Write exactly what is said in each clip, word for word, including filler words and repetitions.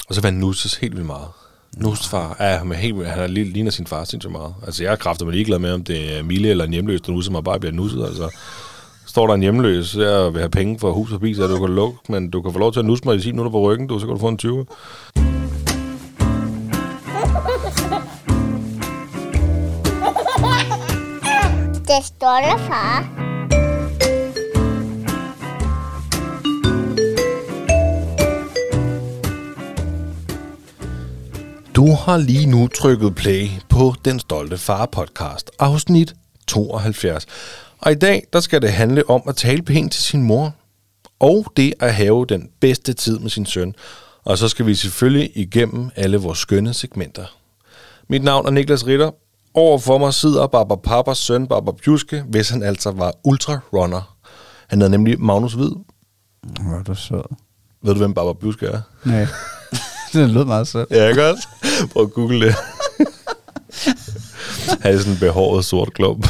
Og så vil han nusses helt vildt meget. Nusses far, ja, han, er helt, han er, ligner sin far sindssygt meget. Altså, jeg er kraftigt ligeglad med, om det er Mille eller en hjemløs, der nusser mig bare bliver nusset, altså. Står der en hjemløs, der vil have penge for hus og bil, så du kan lukke, men du kan få lov til at nusse mig i ti minutter på ryggen, du, så kan du få en tyve. Det står der, far. Du har lige nu trykket play på Den Stolte Far podcast, afsnit tooghalvfjerds. Og i dag, der skal det handle om at tale pænt til sin mor, og det at have den bedste tid med sin søn. Og så skal vi selvfølgelig igennem alle vores skønne segmenter. Mit navn er Niklas Ritter. Overfor mig sidder Barbara Pappas søn, Barbara Pjuske, hvis han altså var ultra-runner. Han hedder nemlig Magnus Hvid. Hvor er du sød. Ved du, hvem Barbara Pjuske er? Nej, det lød meget sødt. Ja, ikke også? Prøv at google det. Han er sådan en behåret sort klump.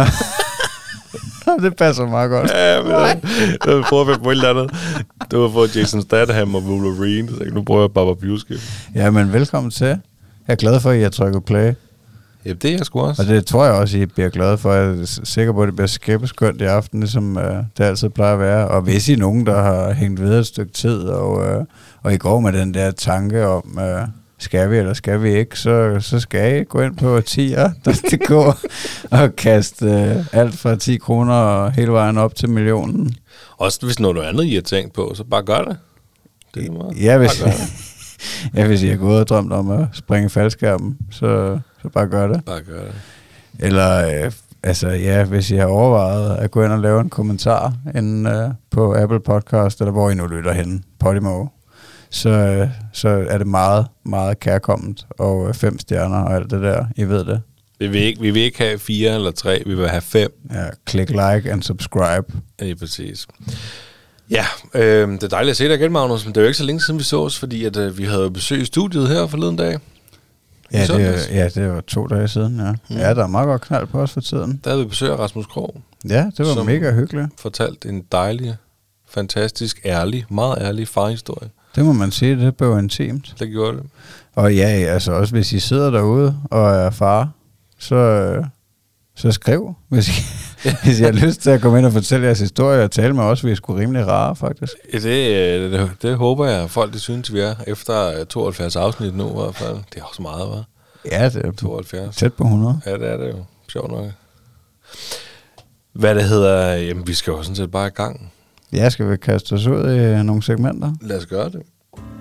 Det passer meget godt. Ja, men det er prøver at på et eller andet. Du har fået Jason Statham og Wolverine, så nu prøver jeg Barbara Pjuske. Ja, men velkommen til. Jeg er glad for, at I har trykket play. Ja, det er jeg sgu også. Og det tror jeg også, I bliver glade for. Jeg er sikker på, at det bliver skæbeskønt i aften, ligesom uh, det altid plejer at være. Og hvis I er nogen, der har hængt ved et stykke tid, og, uh, og I går med den der tanke om, uh, skal vi eller skal vi ikke, så, så skal I gå ind på tier punktum d k og kaste uh, alt fra ti kroner og hele vejen op til millionen. Også hvis noget andet, I har tænkt på, så bare gør det. Det er meget. Ja, hvis, ja, hvis I har gået og drømt om at springe faldskærmen, så... Så bare gør det. Bare gør det. Eller, øh, altså ja, hvis I har overvejet at gå ind og lave en kommentar inde, øh, på Apple Podcast, eller hvor I nu lytter hen, Podimo, så, øh, så er det meget, meget kærkomment, og øh, fem stjerner og alt det der, I ved det. Vi vil ikke, vi vil ikke have fire eller tre, vi vil have fem. Ja, klik like and subscribe. Ja, præcis. Ja, øh, det er dejligt at se dig igen, Magnus, men det er jo ikke så længe siden vi sås, fordi at, øh, vi havde besøg i studiet her forleden dag. Ja det, ja, det var to dage siden, ja. Mm. Ja, der er meget godt knald på os for tiden. Der havde vi besøg af Rasmus Krog. Ja, det var mega hyggeligt. Fortalt en dejlig, fantastisk, ærlig, meget ærlig farhistorie. Det må man sige, det blev intimt. Det gjorde det. Og ja, altså også hvis I sidder derude og er far, så, så skriv, hvis I, hvis I har lyst til at komme ind og fortælle jeres historie og tale med os. Vi er sgu rimelig rare, faktisk. Det, det, det håber jeg, at folk det synes, vi er. Efter tooghalvfjerds afsnit nu i hvert fald. Det er også meget, hva'? Ja, det er tooghalvfjerds. Tæt på hundrede. Ja, det er det jo. Sjovt nok. Hvad det hedder, jamen vi skal jo sådan set bare i gang. Ja, skal vi kaste os ud i nogle segmenter? Lad os gøre det.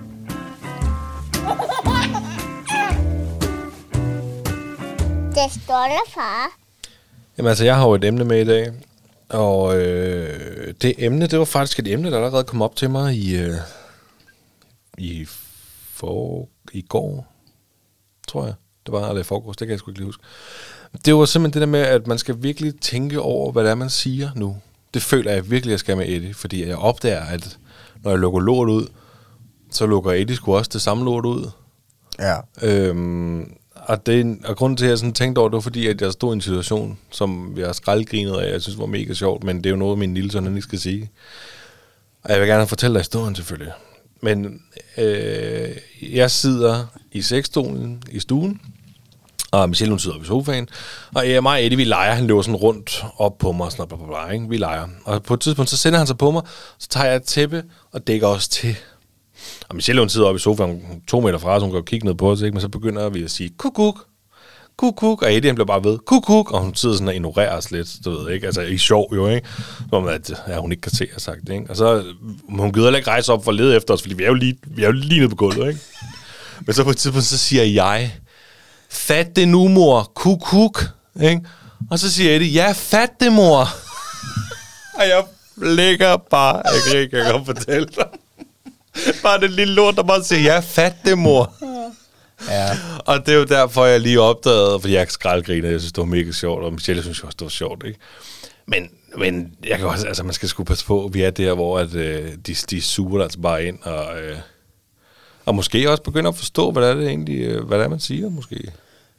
Det står der, far. Jamen altså, jeg har jo et emne med i dag. Og øh, det emne, det var faktisk et emne, der allerede kom op til mig i, øh, i, for, i går, tror jeg. Det var, eller i forgårs, det kan jeg sgu ikke lige huske. Det var simpelthen det der med, at man skal virkelig tænke over, hvad det er, man siger nu. Det føler jeg virkelig, jeg skal med Eddie, fordi jeg opdager, at når jeg lukker lort ud, så lukker Eddie sgu også det samme lort ud. Ja. Øhm, og, det, og grunden til, at jeg sådan tænkte over, det var fordi, at jeg stod i en situation, som jeg skraldgrinede af, jeg synes var mega sjovt, men det er jo noget, min lille søn ikke skal sige. Og jeg vil gerne fortælle dig historien selvfølgelig. Men øh, jeg sidder i sexstolen i stuen, og Michelle hun sidder oppe i sofaen, og jeg, mig og Eddie, vi leger, han løber sådan rundt op på mig, sådan bla, bla, bla, ikke? Vi leger. Og på et tidspunkt, så sender han sig på mig, så tager jeg et tæppe og dækker os til. Og Michelle hun sidder oppe i sofaen, to meter fra os, hun kan jo kigge ned på os, ikke? Men så begynder vi at sige, kuk, kuk, kuk, kuk, og Eddie han bliver bare ved, kuk, kuk, og hun sidder sådan og ignorerer os lidt, du ved ikke, altså i sjov jo, ikke? Som at ja, hun ikke kan se, har sagt det, ikke? Og så, hun gider ikke rejse op for at lede efter os, fordi vi er jo lige, vi er jo lige nede på gulvet, ikke? Men så på et tidspunkt, så siger jeg, fat det nu, mor, kuk, kuk, ikke? Og så siger Eddie, ja, fat det, mor. Og jeg ligger bare, jeg kan ikke, jeg kan fortælle dig. Bare det lille lort, der bare siger, ja, fat det, mor. Ja. Og det er jo derfor, jeg lige opdagede, fordi jeg skraldgriner, jeg synes, det var mega sjovt, og Michelle synes også, det var sjovt, ikke? Men, men jeg kan også, altså, man skal sgu passe på, vi er der, hvor at, øh, de, de suger altså bare ind, og, øh, og måske også begynder at forstå, hvad det er det egentlig, øh, hvad det er, man siger, måske.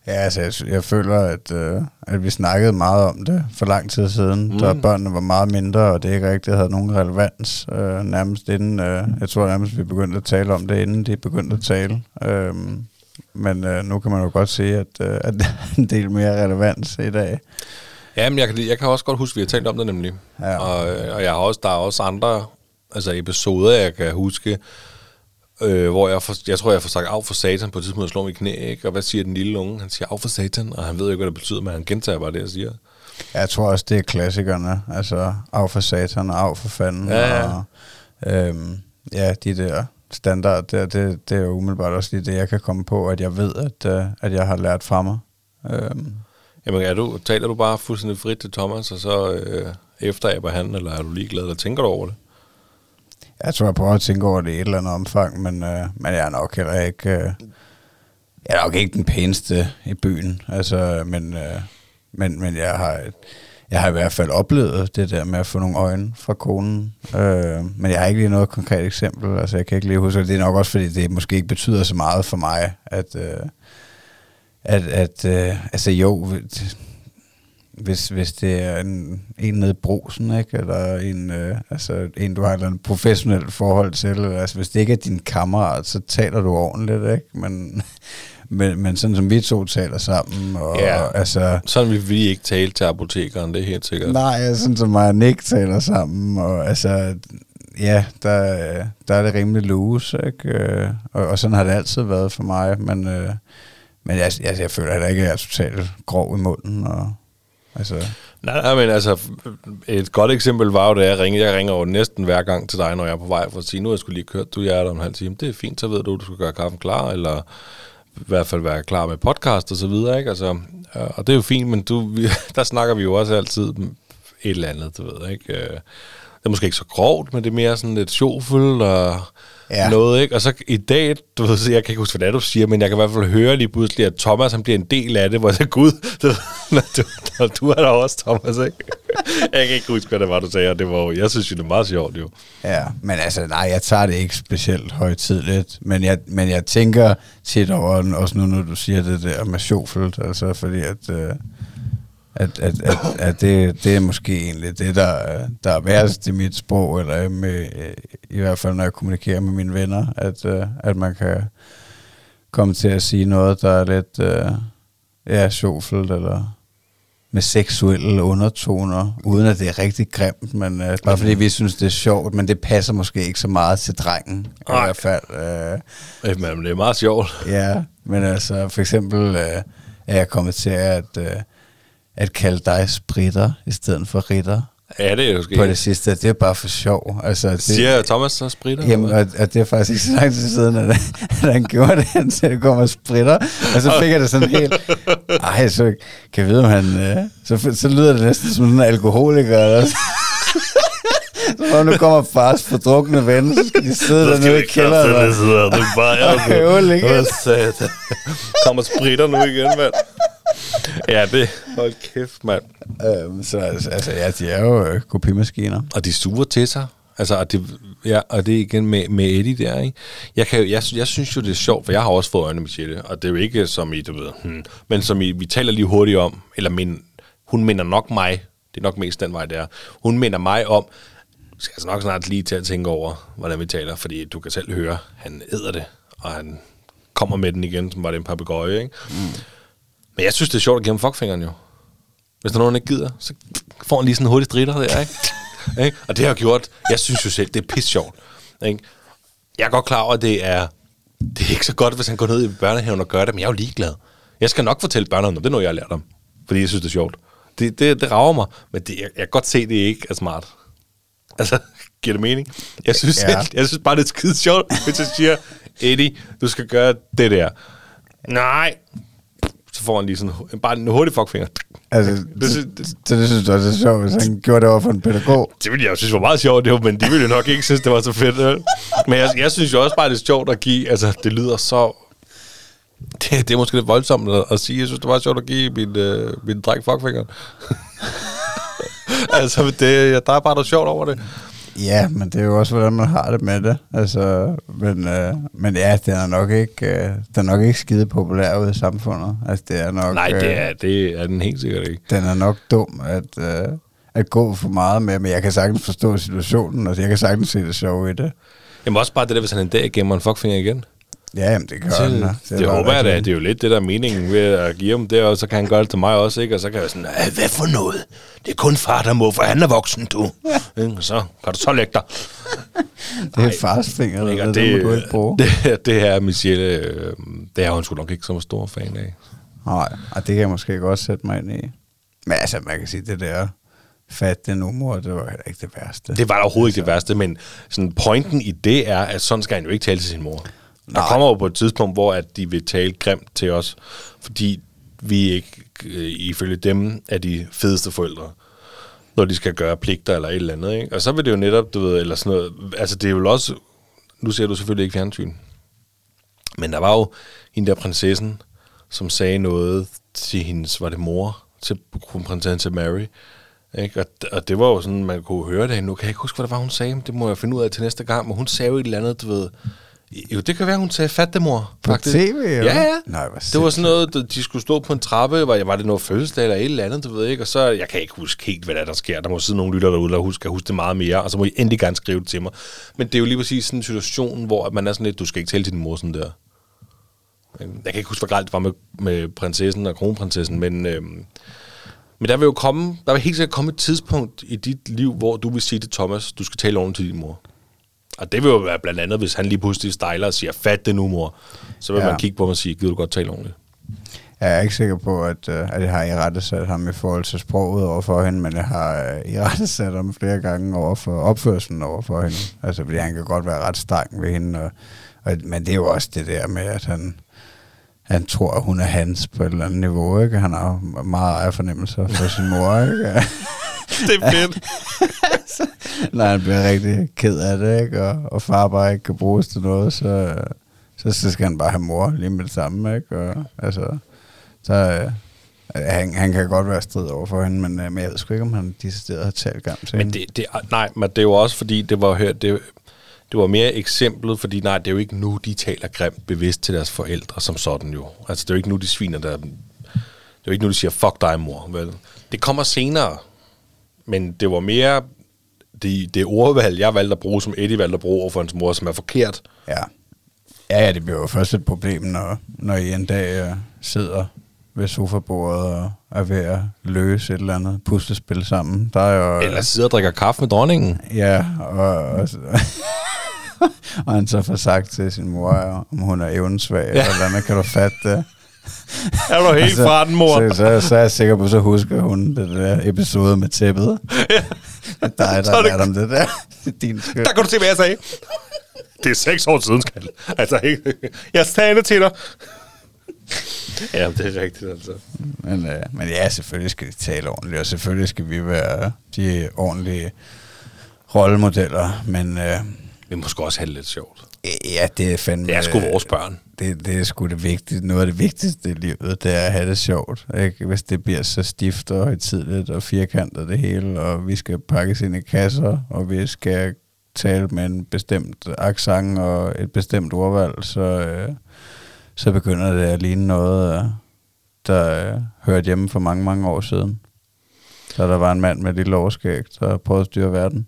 Ja, altså, jeg, jeg føler, at, øh, at vi snakkede meget om det for lang tid siden, mm. da børnene var meget mindre, og det ikke rigtig havde nogen relevans øh, nærmest inden. Øh, jeg tror nærmest, vi begyndte at tale om det, inden de begyndte at tale. Øh, men øh, nu kan man jo godt se, at, øh, at der er en del mere relevans i dag. Ja, men jeg kan, jeg kan også godt huske, at vi har talt om det nemlig. Ja. Og, og jeg har også, der er også andre altså episoder, jeg kan huske, Øh, hvor jeg, for, jeg tror, jeg får sagt af for satan på et tidspunkt, jeg slår mig i knæ, ikke? Og hvad siger den lille unge? Han siger af for satan, og han ved jo ikke, hvad det betyder, men han gentager bare det, jeg siger. Jeg tror også, det er klassikerne, altså af for satan og af for fanden, ja, ja. og øhm, ja, de der standard der, det, det er jo umiddelbart også lige det, jeg kan komme på, at jeg ved, at, uh, at jeg har lært fra mig. Øhm. Jamen, er du, taler du bare fuldstændig frit til Thomas, og så øh, efteræber han, eller er du ligeglad, eller tænker du over det? Jeg tror, jeg prøver at tænke over det i et eller andet omfang, men, øh, men jeg er nok heller ikke, øh, jeg er nok ikke den pæneste i byen, altså, men, øh, men, men jeg har, jeg har i hvert fald oplevet det der med at få nogle øjne fra konen, øh, men jeg har ikke lige noget konkret eksempel, altså jeg kan ikke lige huske, det er nok også fordi det måske ikke betyder så meget for mig, at, øh, at, at øh, altså jo, Hvis, hvis det er en, en nede i Brugsen, ikke? Eller en, øh, altså en, du har et professionelt forhold til, eller, altså hvis det ikke er din kammerat, så taler du ordentligt, ikke? Men, men, men sådan som vi to taler sammen, og, ja, og altså... sådan vil vi ikke tale til apotekeren, det er helt sikkert. Nej, sådan som mig og Nick taler sammen, og altså... Ja, der, der er det rimelig loose, ikke? Og, og sådan har det altid været for mig, men, øh, men jeg, jeg, jeg føler heller ikke, at jeg er totalt grov i munden, og... Altså. Nej, nej, men altså, et godt eksempel var jo, da jeg ringer. Jeg ringer jo næsten hver gang til dig, når jeg er på vej for at sige, nu har jeg skulle lige kørt, du er der om en halv time. Det er fint, så ved du, du skal gøre kaffen klar, eller i hvert fald være klar med podcast og så videre, ikke? Altså, og det er jo fint, men du, vi, der snakker vi jo også altid et eller andet, du ved, ikke? Det er måske ikke så grovt, men det er mere sådan lidt sjovfuldt og ja. Noget, ikke? Og så i dag, du ved, jeg kan ikke huske, hvad det er, du siger, men jeg kan i hvert fald høre lige pludselig, at Thomas, han bliver en del af det, hvor jeg siger, gud, du, du, du er der også, Thomas, ikke? Jeg kan ikke huske, hvad det var, du sagde, og det var, jeg synes jo, det er meget sjovt, jo. Ja, men altså, nej, jeg tager det ikke specielt højtidligt, men jeg, men jeg tænker tit over den, også nu, når du siger det der med sjovfuldt, altså, fordi at... Øh At, at, at, at det, det er måske egentlig det, der, der er værst i mit sprog, eller med, i hvert fald når jeg kommunikerer med mine venner, at, at man kan komme til at sige noget, der er lidt uh, ja, sjovfuldt, eller med seksuelle undertoner, uden at det er rigtig grimt, men uh, bare fordi vi synes, det er sjovt, men det passer måske ikke så meget til drengen, i Ej. hvert fald. Uh, men det er meget sjovt. Ja, men altså for eksempel uh, er jeg kommet til at... Uh, at kalde dig spritter i stedet for ritter. Ja, det er jo sket. På det sidste, det er bare for sjov. Altså, det, siger Thomas så spritter? Jamen, og, og det er faktisk ikke så lang tid siden, at, at han gjorde det, han sagde, det kommer spritter. Og så fik jeg det sådan helt, ej, så kan jeg vide, om han, øh, så, så lyder det næsten som en alkoholiker, eller så. Så når nu kommer fars fordrukne venner, så skal de sidde dernede i kælderen. Så skal vi ikke det bare, okay. Hvad sagde det? Kommer spritter nu igen, mand. Ja, det... Hold kæft, mand. Øhm, så altså, ja, de er jo øh, kopimaskiner. Og de suger til sig. Altså, og det, ja, og det igen med, med Eddie der, ikke? Jeg, kan, jeg, jeg synes jo, det er sjovt, for jeg har også fået øjne med Michelle, og det er jo ikke som I, du ved, hmm, men som I, vi taler lige hurtigt om, eller min, hun minder nok mig, det er nok mest den vej, det er, hun minder mig om, skal altså nok snart lige til at tænke over, hvordan vi taler, fordi du kan selv høre, han æder det, og han kommer med den igen, som var det en papegøje, ikke? Mm. Men jeg synes, det er sjovt at give ham fuckfingeren jo. Hvis der er nogen, der ikke gider, så får han lige sådan en hurtig stritter der, ikke? ikke? Og det har jeg gjort, jeg synes jo selv, det er pisse sjovt. Ikke? Jeg er godt klar over, at det er, det er ikke så godt, hvis han går ned i børnehaven og gør det, men jeg er jo ligeglad. Jeg skal nok fortælle børnene, det er noget, jeg har lært om, fordi jeg synes, det er sjovt. Det, det, det rager mig, men det, jeg, jeg kan godt se, at det ikke er smart. Altså, giver det mening? Jeg synes, ja. jeg, jeg synes bare, det er skide sjovt, hvis jeg siger, Eddie, du skal gøre det der. Nej. Så får han lige sådan bare en hurtig fuckfinger. Altså, det, det, det, det, det synes du også er sjovt, hvis han gjorde det over for en pædagog. Det ville jeg jo synes var meget sjovt, det var, men de ville jo nok ikke synes, det var så fedt. Vel? Men jeg, jeg synes jo også bare, det er sjovt at give, altså det lyder så... Det, det er måske lidt voldsomt at, at sige, jeg synes, det var sjovt at give min, øh, min dreng fuckfinger. Altså, det, der er bare noget sjovt over det. Ja, men det er jo også, hvordan man har det med det. Altså, men, øh, men ja, den er nok ikke, øh, den er nok ikke skide populær ude i samfundet. Altså, det er nok, Nej, det er, øh, det er den helt sikkert ikke. Den er nok dum at, øh, at gå for meget med, men jeg kan sagtens forstå situationen, og jeg kan sagtens se det sjove i det. Jamen også bare det der, hvis han en dag gemmer en fuckfinger igen. Ja, jamen, det gør Så, han. det, det, det håber jeg da. Det er jo lidt det der meningen ved at give ham det, og så kan han gøre det til mig også, ikke? Og så kan jeg sådan, hvad for noget? Det er kun far, der må, for han er voksen, du. Så kan du så lægge dig. Det er fars finger, det, det, det må du ikke bruge. Det, det her Michelle, øh, det er hun sgu nok ikke så stor fan af. Nej, og det kan jeg måske godt sætte mig ind i. Men altså, man kan sige, det der fat det nummer, det var heller ikke det værste. Det var overhovedet ikke det værste, men sådan pointen i det er, at sådan skal han jo ikke tale til sin mor. Der Nej. kommer jo på et tidspunkt, hvor at de vil tale grimt til os, fordi vi ikke, øh, ifølge dem, er de fedeste forældre, når de skal gøre pligter eller et eller andet, ikke? Og så vil det jo netop, du ved, eller sådan noget, altså det er jo også, nu ser du selvfølgelig ikke fjernsyn, men der var jo en der prinsessen, som sagde noget til hendes, var det mor, til kronprinsessen Mary, ikke? Og, og det var jo sådan, man kunne høre det. Nu kan jeg ikke huske, hvad det var, hun sagde, men det må jeg finde ud af til næste gang, men hun sagde jo et eller andet, du ved. Jo, det kan være, hun sagde fattemor. På faktisk. T V, eller? Ja, ja. Nej, det var sådan noget, de skulle stå på en trappe, var, var det noget fødselsdag eller et eller andet, du ved ikke, og så, jeg kan ikke huske helt, hvad der, der sker. Der må sidde nogle lytter derude, der husker, huske det meget mere, og så må I endelig gerne skrive det til mig. Men det er jo lige præcis sådan en situation, hvor man er sådan lidt, du skal ikke tale til din mor sådan der. Jeg kan ikke huske, hvor grelt det var med, med prinsessen og kronprinsessen, men... Øhm, Men der vil jo komme, der vil helt sikkert komme et tidspunkt i dit liv, hvor du vil sige til Thomas, du skal tale ordentligt til din mor. Og det vil jo være blandt andet, hvis han lige pludselig stejler og siger, fat det nu, mor. Så vil ja. man kigge på mig og sige, gider du godt tale ordentligt? Jeg er ikke sikker på, at, at jeg har irettesat ham i forhold til sproget over for hende, men jeg har irettesat ham flere gange over for opførselen over for hende. Altså, fordi han kan godt være ret streng ved hende. Og, og, men det er jo også det der med, at han... Han tror, at hun er hans på et eller andet niveau, ikke? Han har meget ejerfornemmelser for sin mor, ikke? Det er fedt. Når han bliver rigtig ked af det, ikke? Og, og far bare ikke kan bruges til noget, så, så, så skal han bare have mor lige med det samme, ikke? Og, altså, så, øh, han, han kan godt være strid over for hende, men, øh, men jeg ved sgu ikke, om han de steder har talt gammel til men det, det, nej, men det er jo også, fordi det var hørt... Det, Det var mere eksemplet, fordi nej, det er jo ikke nu, de taler grimt bevidst til deres forældre, som sådan jo. Altså, det er jo ikke nu, de sviner der. Det er jo ikke nu, de siger, fuck dig, mor. Vel? Det kommer senere, men det var mere det, det ordvalg, jeg valgte at bruge, som Eddie valgte at bruge over for hans mor, som er forkert. Ja, ja, ja det bliver jo først et problem, når, når I en dag uh, sidder ved sofabordet og er ved at løse et eller andet puslespil sammen. Der er jo, eller sidder og drikker kaffe med dronningen. Ja, og... og og han så får sagt til sin mor, om hun er evnesvag, ja. Eller hvad, kan du fatte det? Er du helt så, fra den, mor? Så, så, så er jeg sikker på, så husker hun det der episode med tæppet. Ja. Det er dig, der har lært om det der. Din skyld. Der kan du se, hvad jeg sagde. Det er seks år siden, skal altså ikke. Jeg sagde til dig. Ja, det er rigtigt, altså. Men, øh, men ja, selvfølgelig skal de tale ordentligt, og selvfølgelig skal vi være de ordentlige rollemodeller, men... Øh, vi må sgu også have det lidt sjovt. Ja, det er fandme... Det er sgu vores børn. Det, det er sgu det vigtige. Noget af det vigtigste i livet, det er at have det sjovt. Ikke? Hvis det bliver så stift og højtideligt og firkantet det hele, og vi skal pakkes ind i kasser, og vi skal tale med en bestemt accent og et bestemt ordvalg, så, øh, så begynder det at ligne noget, der øh, hørte hjemme for mange, mange år siden. Så der var en mand med et lille overskæg, der prøvede at styre verden.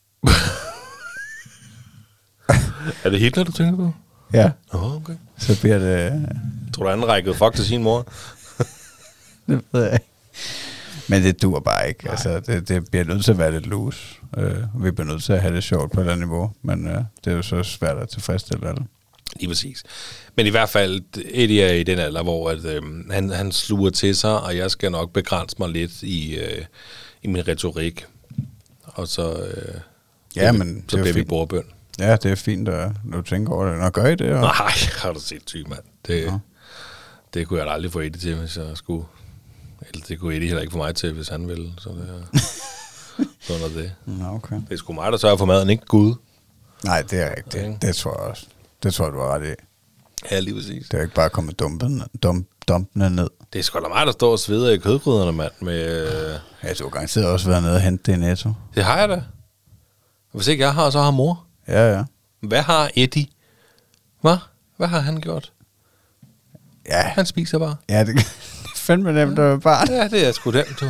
Er det Hitler, du tænker på? Ja. Oh, okay. Så bliver det... Uh... Tror du, han rækkede fuck til sin mor? Det ved jeg ikke. Men det dur bare ikke. Nej. Altså, det, det bliver nødt til at være lidt loose. Uh, vi bliver nødt til at have det sjovt på et eller andet niveau. Men uh, det er jo så svært at tilfredsstille alle. Lige præcis. Men i hvert fald, Eddie er i den alder, hvor at, øh, han, han sluger til sig, og jeg skal nok begrænse mig lidt i, øh, i min retorik. Og så, øh, ja, men så bliver vi bordbøn. Ja, det er fint, at du tænker over det. Nå, gør I det? Og... Nej, har du set tyk, mand. Det, ja. det kunne jeg da aldrig få Eddie til, hvis jeg skulle. Eller det kunne Eddie heller ikke få mig til, hvis han ville. Så det er sådan noget det. Nå, okay. Det er sgu mig, der sørger for maden, ikke Gud. Nej, det er rigtigt. Okay. Det tror jeg også. Det tror jeg, du har ret i. Ja, lige præcis. Det er ikke bare kommet dumpende, dump, dumpende ned. Det er sgu da mig, der står og sveder i kødgryderne, mand. Med, øh... Ja, du har garanteret også været nede og hente det i Netto. Det har jeg da. Hvis ikke jeg har, så har mor. Ja, ja. Hvad har Eddie? Hvad? Hvad har han gjort? Ja. Han spiser bare. Ja, det, det er fandme nemt at være barn. Ja, det er sgu nemt, du.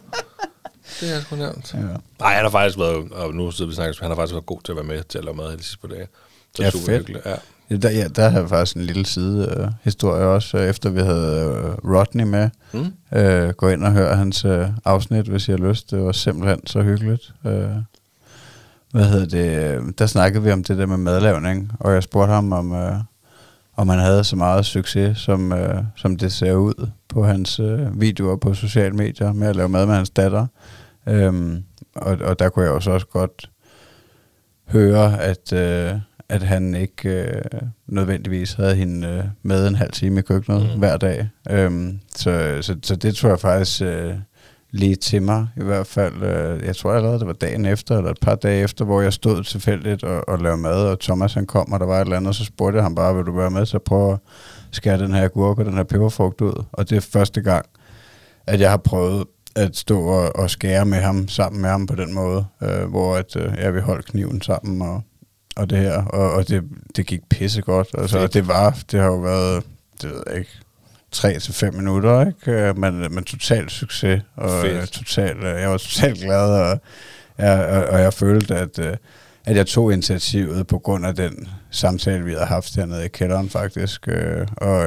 Det er sgu nemt. Ja. Nej, han har faktisk været, og nu sidder vi snakker, han har faktisk været god til at være med til at lave mad de sidste par dage. Så Ja, super fedt. hyggeligt. Ja. Ja, der, ja, der havde jeg faktisk en lille side øh, historie også, øh, efter vi havde øh, Rodney med. Mm. Øh, gå ind og hør hans øh, afsnit, hvis I har lyst. Det var simpelthen så hyggeligt. Øh, hvad hedder det? øh, Der snakkede vi om det der med madlavning, og jeg spurgte ham, om, øh, om han havde så meget succes, som, øh, som det ser ud på hans øh, videoer på sociale medier, med at lave mad med hans datter. Øhm, og, og der kunne jeg også også godt høre, at... Øh, at han ikke øh, nødvendigvis havde hende øh, med en halv time i køkkenet mm. hver dag. Øhm, så, så, så det tror jeg faktisk øh, lige til mig, i hvert fald. Øh, jeg tror allerede, det var dagen efter, eller et par dage efter, hvor jeg stod tilfældigt og, og lavede mad, og Thomas han kom, og der var et eller andet, og så spurgte jeg ham bare, vil du være med til at prøve at skære den her agurk og den her peberfrugt ud? Og det er første gang, at jeg har prøvet at stå og, og skære med ham, sammen med ham på den måde, øh, hvor at, øh, jeg vil holde kniven sammen og og det her, og, og det, det gik pisse godt. Altså, og det var, det har jo været, det ved jeg ikke, tre til fem minutter, ikke? Men, men total succes, og total, jeg var totalt glad, og jeg, og, og jeg følte, at, at jeg tog initiativet på grund af den samtale, vi havde haft hernede i kælderen, faktisk. Og,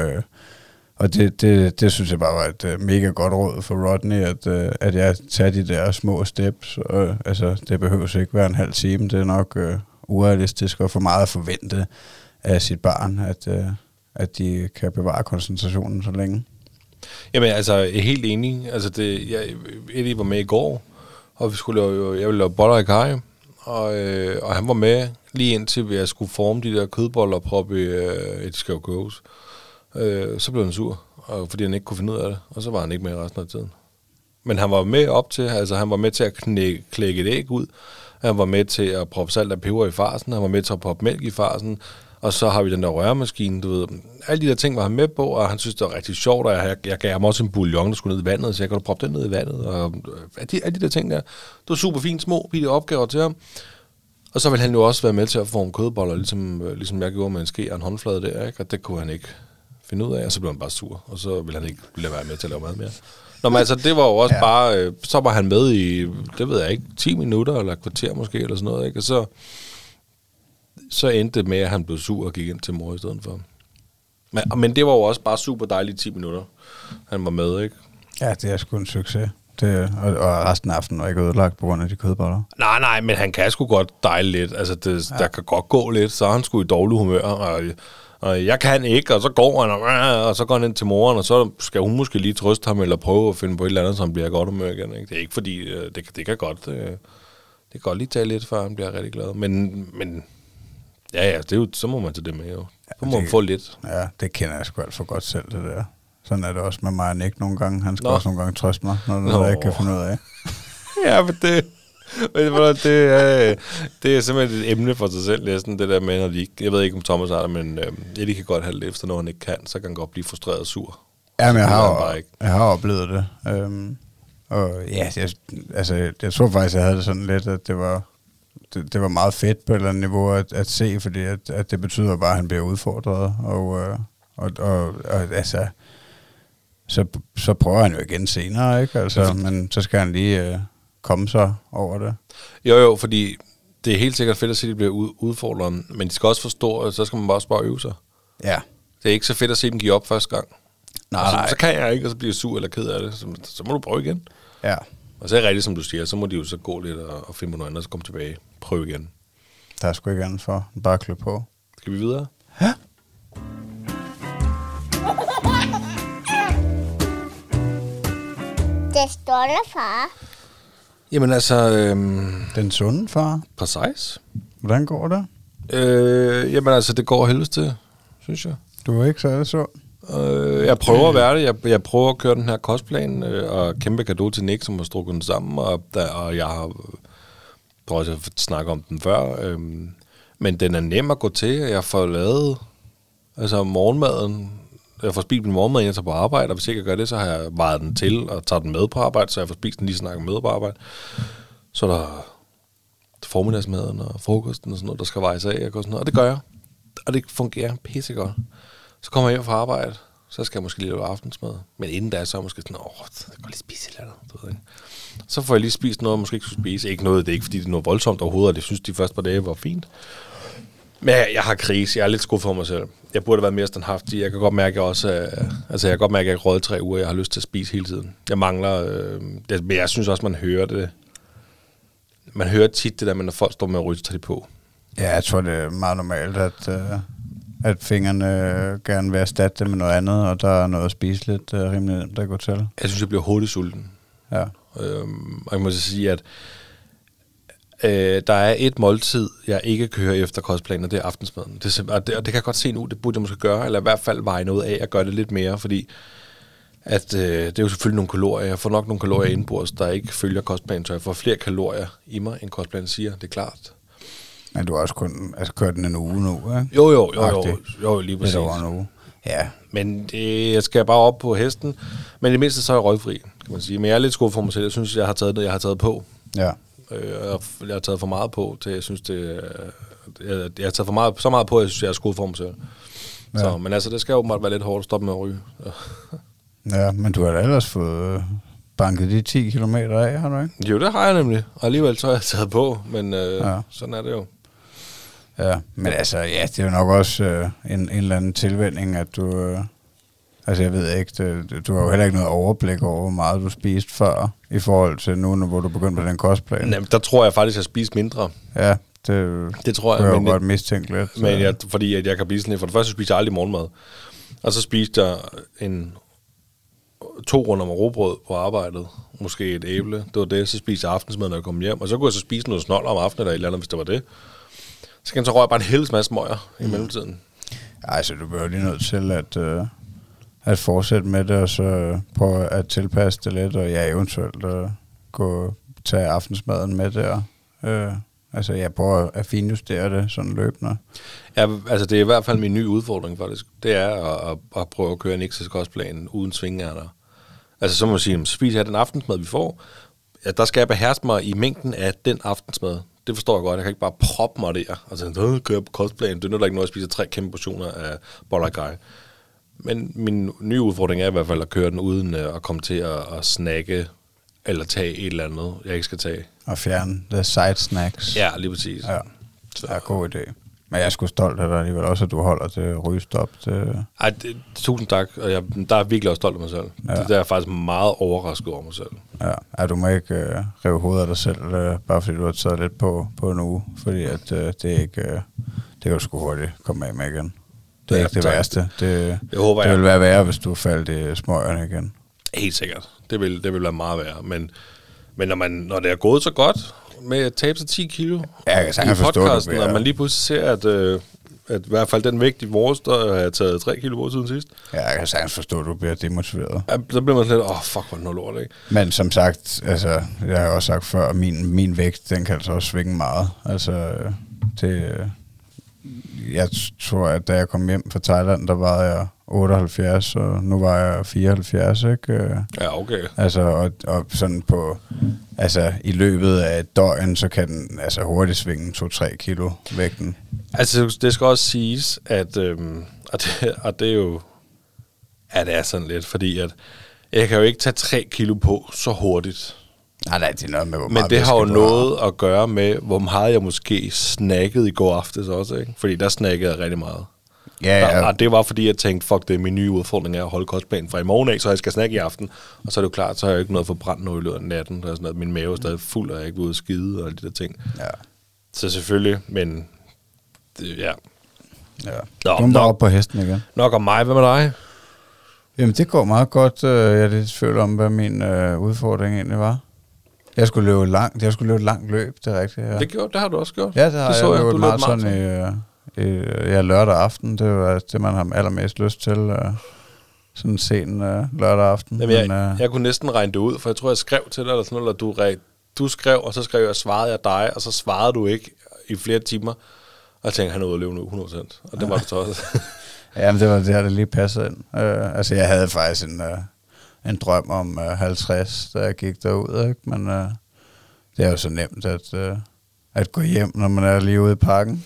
og det, det, det synes jeg bare var et mega godt råd for Rodney, at, at jeg tager de der små steps, og altså, det behøver ikke være en halv time, det er nok urealistisk og for meget at forvente af sit barn, at, øh, at de kan bevare koncentrationen så længe. Jamen altså, jeg er helt enig. Altså, det, jeg, Eddie var med i går, og vi skulle lave, jeg ville lave boller i kaj, og, øh, og han var med lige indtil jeg skulle forme de der kødboller og proppe i øh, et skal jo koges. Øh, så blev han sur, og, fordi han ikke kunne finde ud af det, og så var han ikke med resten af tiden. Men han var med op til, altså han var med til at knække, klække et æg ud. Han var med til at proppe salt og peber i farsen. Han var med til at proppe mælk i farsen. Og så har vi den der røremaskine, du ved. Alle de der ting var han med på, og han synes, det var rigtig sjovt. Og jeg, jeg gav ham også en bouillon, der skulle ned i vandet, så jeg kunne proppe den ned i vandet. Og alle de, alle de der ting der. Det var super fint, små, bitte opgaver til ham. Og så ville han jo også være med til at forme kødboller, ligesom, ligesom jeg gjorde med en ske og en håndflade der, ikke? Og det kunne han ikke finde ud af, og så blev han bare sur. Og så ville han ikke lade være med til at lave mad mere. Nå, men altså, det var jo også ja. bare, øh, så var han med i, det ved jeg ikke, ti minutter eller et kvarter måske, eller sådan noget, ikke? Og så, så endte det med, at han blev sur og gik ind til mor i stedet for. Men, men det var jo også bare super dejligt ti minutter, han var med, ikke? Ja, det er sgu en succes. Det, og, og resten af aftenen var ikke ødelagt på grund af de kødboller. Nej, nej, men han kan sgu godt dejle lidt. Altså, det, ja. der kan godt gå lidt, så er han sgu i dårlig humør, og... og jeg kan ikke, og så går han, og, og så går han ind til moren, og så skal hun måske lige trøste ham, eller prøve at finde på et eller andet, så han bliver godt humør igen. Ikke? Det er ikke fordi, det, det kan godt, det, det kan godt lige tage lidt, før han bliver rigtig glad. Men, men ja, ja, det er jo, så må man tage det med, jo. Så må ja, man få lidt. Ja, det kender jeg sgu alt for godt selv, det der. Sådan er det også med mig og Nick nogle gange. Han skal Nå. også nogle gange trøste mig, når det er noget, jeg ikke kan finde ud af. Ja, men det... det, er, det er simpelthen et emne for sig selv, næsten det der med, når de ikke, jeg ved ikke om Thomas har det, men øh, Eddie kan godt have det efter, når han ikke kan, så kan han godt blive frustreret og sur. Ja, men jeg har, jeg har oplevet det. Øhm, og ja, jeg, altså, jeg tror faktisk, jeg havde det sådan lidt, at det var, det, det var meget fedt på et eller andet niveau at, at se, fordi at, at det betyder bare, at han bliver udfordret, og, øh, og, og, og altså, så, så prøver han jo igen senere, ikke? Altså, men så skal han lige... Øh, komme så over det. Jo, jo, fordi det er helt sikkert fedt at se, at de bliver udfordret, men de skal også forstå, at så skal man bare også bare øve sig. Ja. Det er ikke så fedt at se dem give op første gang. Nej, så, nej. så kan jeg ikke, og så bliver jeg sur eller ked af det. Så, så må du prøve igen. Ja. Og så er det rigtigt, som du siger, så må de jo så gå lidt og, og finde på noget andet, og så komme tilbage. Prøve igen. Der er sgu ikke andet for. Bare klø på. Skal vi videre? Ja. Det stolte far. Jamen altså... Øhm, Den sunde far. Præcis. Hvordan går det? Øh, jamen altså, det går helvedes til, synes jeg. Du er ikke særlig sund. Øh, jeg prøver at være det. Jeg, jeg prøver at køre den her kostplan, øh, og kæmpe cadeau til Nick, som har strukket den sammen, og, der, og jeg har prøvet også at snakke om den før. Øh, men den er nem at gå til. Jeg får lavet altså morgenmaden. Jeg får spist min morgenmad, jeg tager på arbejde, og hvis ikke jeg gør det, så har jeg vejet den til og tager den med på arbejde, så jeg får spist den lige snakket med på arbejde. Så er der formiddagsmaden og frokosten og sådan noget, der skal vejes af, og, sådan noget. Og det gør jeg. Og det fungerer pissegodt. Så kommer jeg hjem fra arbejde, så skal jeg måske lige lave aftensmad. Men inden da, så er jeg måske sådan, åh, jeg kan lige spise et eller andet. Så får jeg lige spist noget, jeg måske ikke skulle spise. Ikke noget, det er ikke, fordi det er noget voldsomt overhovedet, og det synes de første par dage var fint. Men jeg, jeg har krise, jeg er lidt skuffet for mig selv. Jeg burde have været mere standhaftig. Jeg kan godt mærke, at jeg også, øh, altså jeg kan godt mærke, at jeg har røget tre uger, jeg har lyst til at spise hele tiden. Jeg mangler, øh, det, men jeg synes også, man hører det. Man hører tit det der, men når folk står med at ryge, så tager de på. Ja, jeg tror, det er meget normalt, at, øh, at fingrene gerne vil erstatte det med noget andet, og der er noget at spise lidt øh, rimelig nemt at gå til. Jeg synes, jeg bliver hurtigt sulten. Ja. Øhm, og jeg må så sige, at øh, der er et måltid, jeg ikke kører efter kostplanen, og det er aftensmaden. Det, og, det, og det kan jeg godt se nu, det burde jeg måske gøre, eller i hvert fald veje noget af at gøre det lidt mere, fordi at, øh, det er jo selvfølgelig nogle kalorier. Jeg får nok nogle kalorier indbords, der ikke følger kostplanen, så jeg får flere kalorier i mig, end kostplanen siger, det er klart. Men du har også kun altså, kørt den en uge nu, ikke? Jo, jo, jo, jo, jo, jo lige præcis. Det over en uge. Ja. Men det, jeg skal bare op på hesten, men i det mindste så er jeg røgfri, kan man sige. Men jeg er lidt skuffet for mig selv. Jeg synes, jeg har taget det, jeg har taget på. Ja. Øh, jeg har taget for meget på, til jeg synes, det jeg, jeg har taget for meget, så meget på, at jeg synes, jeg er skuffet for mig selv. Ja. Så, men altså, det skal åbenbart være lidt hårdt at stoppe med at ryge. Ja, men du har da ellers fået banket de ti kilometer af, har du ikke? Jo, det har jeg nemlig. Og alligevel så har jeg taget på, men øh, ja. Sådan er det jo. Ja, men altså, ja, det er jo nok også øh, en, en eller anden tilvænning, at du... Øh, altså, jeg ved ikke, det, du har jo heller ikke noget overblik over, hvor meget du spiste før, i forhold til nu, hvor du begyndte på den kostplan. Jamen, der tror jeg faktisk, at jeg spiste mindre. Ja, det, det tror jeg. jeg men jo godt mistænke lidt. Men jeg, fordi at jeg kan blive sådan lidt. For det første, så spiser jeg aldrig morgenmad. Og så spiste jeg en... to runder med råbrød på arbejdet, måske et æble, det var det, så spiste jeg aftensmad, når jeg kom hjem, og så kunne jeg så spise noget snold om aftenen, eller et eller andet, hvis det var det. Så kan jeg så røge bare en hel masse smøger mm. i mellemtiden. Ja, altså du bliver lige nødt til at, øh, at fortsætte med det, og så prøve at tilpasse det lidt, og ja, eventuelt øh, gå tage aftensmaden med der. Øh, altså jeg prøver at finjustere det sådan løbende. Ja, altså det er i hvert fald min nye udfordring faktisk. Det er at, at, at prøve at køre en X S-kostplan uden svingærter. Altså så må man sige, så spiser jeg den aftensmad, vi får. Ja, der skal jeg beherske mig i mængden af den aftensmad. Det forstår jeg godt. Jeg kan ikke bare proppe mig der. Altså, så kører jeg på kostplan. Det er noget, ikke noget, at spise tre kæmpe portioner af boller og grej. Men min nye udfordring er i hvert fald at køre den uden at komme til at, at snakke eller tage et eller andet, jeg ikke skal tage. Og fjerne the side snacks. Ja, lige præcis. Ja, det er en god idé. Men jeg er sgu stolt af dig alligevel også, at du holder til rygestop. Det... Ej, det, tusind tak. Og jeg, der er virkelig også stolt af mig selv. Ja. Det der er jeg faktisk meget overrasket over mig selv. Ja, ja du må ikke øh, rive hovedet af dig selv, øh, bare fordi du har taget lidt på, på en uge. Fordi at, øh, det er ikke... Øh, det kan du sgu hurtigt komme af med igen. Det er ja, ikke det tak. værste. Det, jeg håber, det jeg... vil være værre, hvis du faldt i smøgerne igen. Helt sikkert. Det vil, det vil være meget værre. Men, men når, man, når det er gået så godt med at tabe sig ti kilo ja, jeg kan i podcasten, og man lige pludselig ser, at, øh, at i hvert fald den vægt i vores, der har taget tre kilo på siden sidst. Ja, jeg kan sagtens forstå, at du bliver demotiveret. Ja, så bliver man sådan lidt, åh, oh, fuck, hvor er det noget lort, ikke? Men som sagt, altså, jeg har også sagt før, min, min vægt, den kan altså også svinge meget. Altså, det... Jeg tror, at da jeg kom hjem fra Thailand, der var jeg otteoghalvfjerds, og nu var jeg fireoghalvfjerds, ikke? Ja, okay. Altså, og, og sådan på, altså i løbet af et døgn, så kan den altså hurtigt svinge to til tre kilo vægten. Altså, det skal også siges, at, øhm, og, det, og det er jo, ja, det er sådan lidt, fordi at jeg kan jo ikke tage tre kilo på så hurtigt. Nej, nej, det er noget med, hvor Men meget det har jo noget at gøre med, hvor meget jeg måske snakkede i går aftes også, ikke? Fordi der snakkede jeg rigtig meget. Ja, ja. Og det var fordi, jeg tænkte, fuck det, min nye udfordring er at holde kostplanen fra i morgen af, så jeg skal snakke i aften. Og så er det jo klart, så har jeg ikke noget forbrændt noget i løbet af natten. Der er sådan noget, min mave er stadig fuld, og jeg er ikke ude at skide og alle de der ting. Ja. Så selvfølgelig, men det, ja. Ja. Nå, kom bare op på hesten igen. Nok om mig, hvad med dig? Jamen, det går meget godt. Jeg er lidt i tvivl om, hvad min øh, udfordring egentlig var. Jeg skulle løbe langt. Jeg skulle løbe et langt løb, det er rigtigt. Ja. Det, gjorde, det har du også gjort. Ja, det har det jeg. Så jeg, løbet meget sådan i, i ja, lørdag aften. Det var det, man har allermest lyst til. Uh, sådan en sen uh, lørdag aften. Jamen, jeg, Men, uh, jeg kunne næsten regne det ud, for jeg tror, jeg skrev til dig, eller sådan noget, eller du, du skrev, og så skrev jeg, svarede jeg dig, og så svarede du ikke i flere timer. Og jeg tænkte, han er ude at løbe nu, hundrede procent. Og det var det så også. Jamen, det var det, der lige passet ind. Uh, altså, jeg havde faktisk en... Uh, en drøm om uh, halvtreds, da jeg gik derud, ikke? Men uh, det er jo så nemt, at, uh, at gå hjem, når man er lige ude i parken.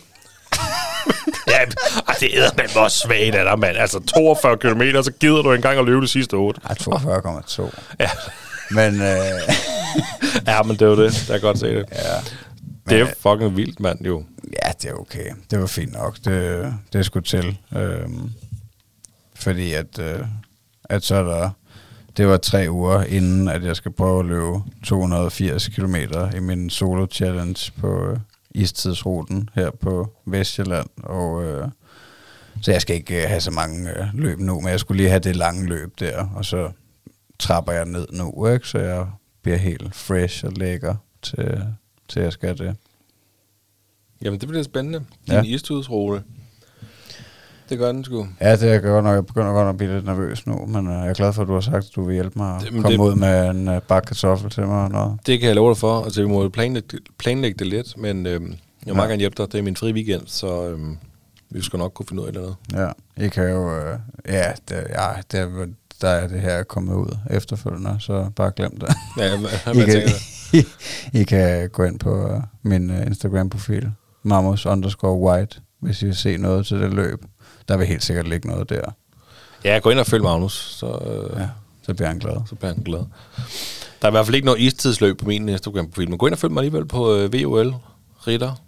Ja, det er man også svagt af dig, mand. Altså toogfyrre kilometer, så gider du engang at løbe de sidste otte. Ja, toogfyrre komma to. Ja. Men, øh... ja, men det er jo det. Jeg kan godt se det. Ja. Det er fucking vildt, mand, jo. Ja, det er okay. Det var fint nok. Det, det skulle til. Øhm, fordi at, øh, at så er der... Det var tre uger inden, at jeg skal prøve at løbe to hundrede og firs kilometer i min solo-challenge på øh, istidsruten her på Vestjylland. Og, øh, så jeg skal ikke øh, have så mange øh, løb nu, men jeg skulle lige have det lange løb der, og så trapper jeg ned nu, ikke? Så jeg bliver helt fresh og lækker til, til jeg skal det. Jamen, det bliver spændende. Din Ja. istidsrute. Det gør den sgu. Ja, det er godt nok. Jeg begynder godt at blive lidt nervøs nu, men øh, jeg er glad for, at du har sagt, at du vil hjælpe mig at Det- komme men det- ud med en øh, bakke kartoffel til mig og noget. Det kan jeg love dig for. Altså, vi må planlægge, planlægge det lidt, men øhm, jeg vil Ja. meget gerne hjælpe dig. Det er min fri weekend, så øhm, vi skal nok kunne finde ud af det noget. Ja, I kan jo... Øh, ja, det, ja det er, der er det her kommet ud efterfølgende, så bare glem det. Ja, hvad, I, hvad kan, tænker du? I kan gå ind på øh, min øh, Instagram-profil, Mammos underscore white, hvis I vil se noget til det løb. Der vil helt sikkert ligge noget der. Ja, gå ind og følg Magnus, så, øh, Ja, så bliver han glad. så bliver han glad. Der er i hvert fald ikke noget istidsløb på min Instagram-profil, men gå ind og følg mig alligevel på øh, V O L Ritter.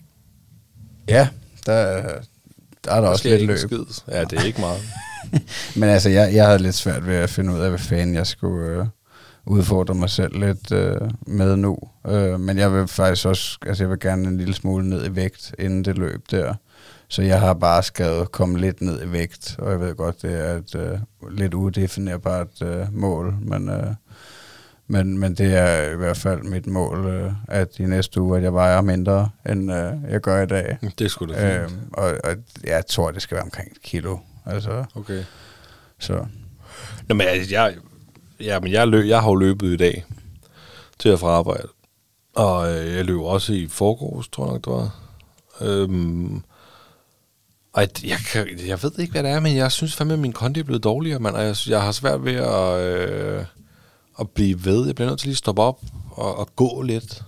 Ja, der, der er der også sker lidt ikke løb. skid. Ja, det er ikke meget. Men altså, jeg, jeg havde lidt svært ved at finde ud af, hvad fanden jeg skulle øh, udfordre mig selv lidt øh, med nu. Øh, men jeg vil faktisk også, altså jeg vil gerne en lille smule ned i vægt inden det løb der. Så jeg har bare skrevet komme lidt ned i vægt, og jeg ved godt, det er et øh, lidt udefinerbart øh, mål, men, øh, men, men det er i hvert fald mit mål, øh, at i næste uge, at jeg vejer mindre, end øh, jeg gør i dag. Det er sgu da fint. Øh, og, og jeg tror, det skal være omkring et kilo. Altså, Okay. så... Nå, men altså, jeg, ja, men jeg, løb, jeg har jo løbet i dag til at fra arbejde. Og øh, jeg løb også i forgårs, tror jeg nok, det var. Øhm, og jeg, jeg, kan, jeg ved ikke, hvad det er, men jeg synes fandme, at min kondi er blevet dårligere, mand. Og jeg, jeg har svært ved at, øh, at blive ved. Jeg bliver nødt til lige at stoppe op og, og gå lidt.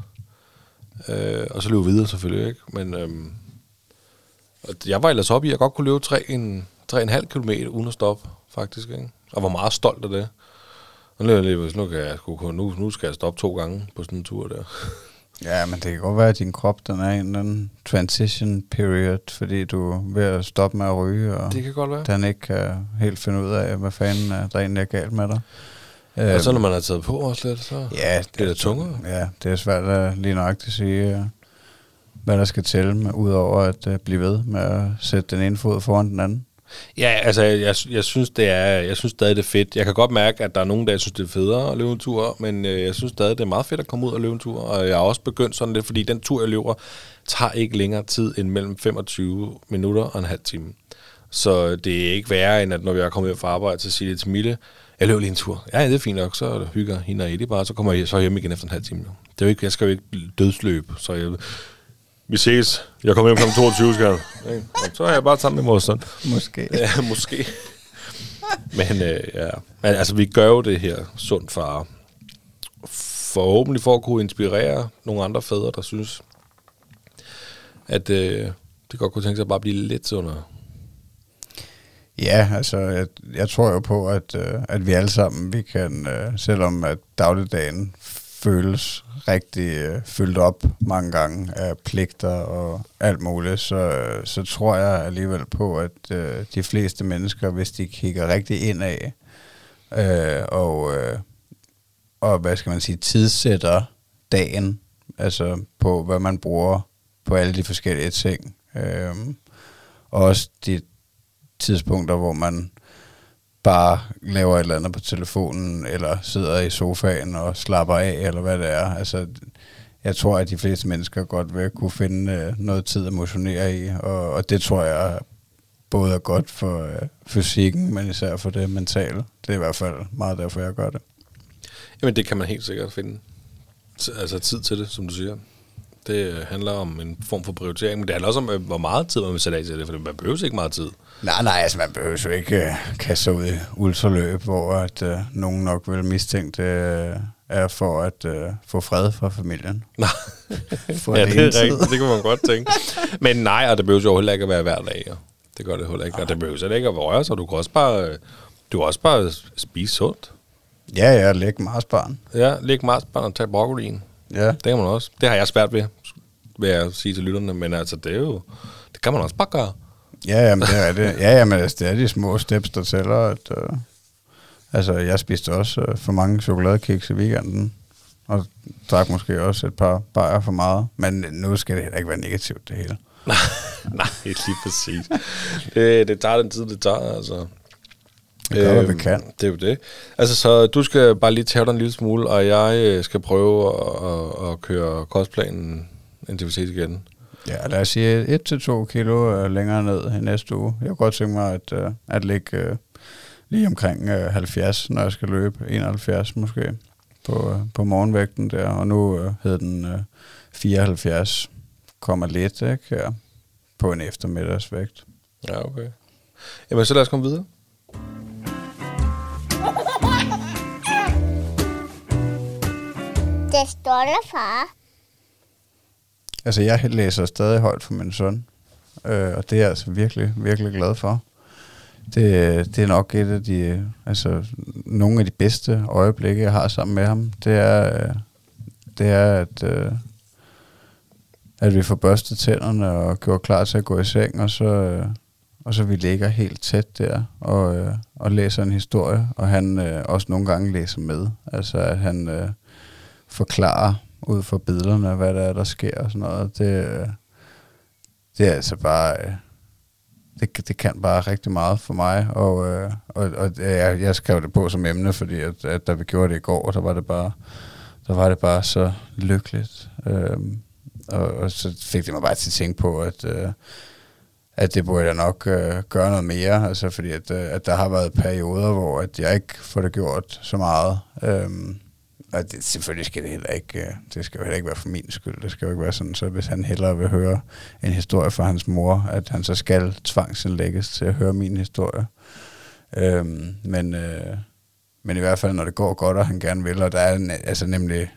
Øh, og så løbe videre selvfølgelig, ikke? Men øhm, og jeg var ellers oppe i, at jeg godt kunne løbe tre en, tre og en halv kilometer uden at stoppe, faktisk, ikke? Og var meget stolt af det. Og nu, nu, kan jeg, sgu- nu, nu skal jeg stoppe to gange på sådan en tur der. Ja, men det kan godt være, at din krop, den er i en eller anden transition period, fordi du er ved at stoppe med at ryge, og Det kan godt være. den ikke kan helt finde ud af, hvad fanden er, der egentlig er galt med dig. Og så når man har taget på også lidt, så ja, det bliver det tungere. Ja, det er svært at lige nøjagtigt at sige, øh, hvad der skal til, med, udover at uh, blive ved med at sætte den ene fod foran den anden. Ja, altså, jeg, jeg synes, det er, jeg synes stadig, det er fedt. Jeg kan godt mærke, at der er nogen, der synes, det er federe at løbe en tur, men øh, jeg synes stadig, det er meget fedt at komme ud og løbe en tur, og jeg har også begyndt sådan lidt, fordi den tur, jeg løber, tager ikke længere tid end mellem femogtyve minutter og en halv time. Så det er ikke værre, end at når jeg er kommet hjem fra arbejde, så siger det til Mille, jeg løber lige en tur. Ja, det er fint nok, så hygger hende og Eddie bare, så kommer jeg så hjem igen efter en halv time. Det er jo ikke, jeg skal jo ikke dødsløbe, så jeg... Vi ses. Jeg kommer hjem klokken toogtyve, skal jeg. Så er jeg bare sammen med vores søn. Måske. Ja, måske. Men øh, ja, men altså vi gør jo det her sundt far. Forhåbentlig for at kunne inspirere nogle andre fædre, der synes, at øh, det godt kunne tænke sig at bare blive lidt sundere. Ja, altså, jeg, jeg tror jo på, at, øh, at vi alle sammen, vi kan, øh, selvom at dagligdagen føles rigtig øh, fyldt op mange gange af pligter og alt muligt, så, så tror jeg alligevel på, at øh, de fleste mennesker, hvis de kigger rigtig indad, øh, og, øh, og hvad skal man sige, tidssætter dagen, altså på hvad man bruger på alle de forskellige ting, øh, og også de tidspunkter, hvor man bare laver et eller andet på telefonen, eller sidder i sofaen og slapper af, eller hvad det er. Altså, jeg tror, at de fleste mennesker godt vil kunne finde øh, noget tid at motionere i, og, og det tror jeg både er godt for øh, fysikken, men især for det mentale. Det er i hvert fald meget derfor, jeg gør det. Jamen det kan man helt sikkert finde. Altså tid til det, som du siger. Det handler om en form for prioritering, men det handler også om, hvor meget tid man vil sætte af til det, for man behøver ikke meget tid. Nej, nej, altså man behøver jo ikke uh, kaste sig ud i ultraløb, hvor at, uh, nogen nok vil mistænke det, uh, er for at øh, få fred fra familien. Nej, For ja, det det er ene tid. rigtigt. Det kan man godt tænke. Men nej, og det behøver jo heller ikke at være hver dag. Jo. Det gør det heller ikke. Og det behøver heller ikke at røre sig. Du kan også bare, du kan også bare spise sundt. Ja, ja, lægge marsbarn. Ja, læg marsbarn og tage broccolien. Ja. Det kan man også. Det har jeg svært ved, vil jeg sige til lytterne. Men altså, det er jo, det kan man også bare gøre. Ja, ja, men det er det. Ja, ja, men altså, det er de små steps, der tæller. At, øh, altså, jeg spiste også øh, for mange chokoladekiks i weekenden. Og drak måske også et par bajer for meget. Men nu skal det heller ikke være negativt, det hele. Nej, lige præcis. Det, det tager den tid, det tager, altså. Det gør, hvad vi kan. Det er jo det. Altså, så du skal bare lige tage dig en lille smule, og jeg skal prøve at, at, at køre kostplanen, indtil vi ses igen. Ja, lad os sige et til to kilo øh, længere ned i næste uge. Jeg kunne godt tænke mig at, øh, at ligge øh, lige omkring øh, halvfjerds, når jeg skal løbe. enoghalvfjerds måske på, øh, på morgenvægten der. Og nu øh, hed den øh, fireoghalvfjerds komma lidt, ikke? Ja, på en eftermiddagsvægt. Ja, okay. Jamen, så lad os komme videre. Det står der, far. Altså, jeg læser stadig højt for min søn, øh, og det er jeg altså virkelig, virkelig glad for. Det, det er nok et af de, altså, nogle af de bedste øjeblikke, jeg har sammen med ham. Det er, øh, det er at, øh, at vi får børstet tænderne og gjort klar til at gå i seng, og så, øh, og så vi ligger helt tæt der og, øh, og læser en historie, og han øh, også nogle gange læser med. Altså, at han øh, forklarer ud fra billederne, hvad der er, der sker og sådan noget. Det, det er altså bare, det, det kan bare rigtig meget for mig, og, og, og jeg, jeg skrev det på som emne, fordi at, at da vi gjorde det i går, der var det bare, der var det bare så lykkeligt. Øhm, og, og så fik det mig bare til at tænke på, at, øh, at det burde jeg nok øh, gøre noget mere, altså fordi at, øh, at der har været perioder, hvor at jeg ikke får det gjort så meget. Øhm, Og det, selvfølgelig skal det heller ikke, det skal jo heller ikke være for min skyld. Det skal jo ikke være sådan, så hvis han hellere vil høre en historie fra hans mor, at han så skal tvangsindlægges til at høre min historie. Øhm, men, øh, men i hvert fald, når det går godt, og han gerne vil, og der er en, altså nemlig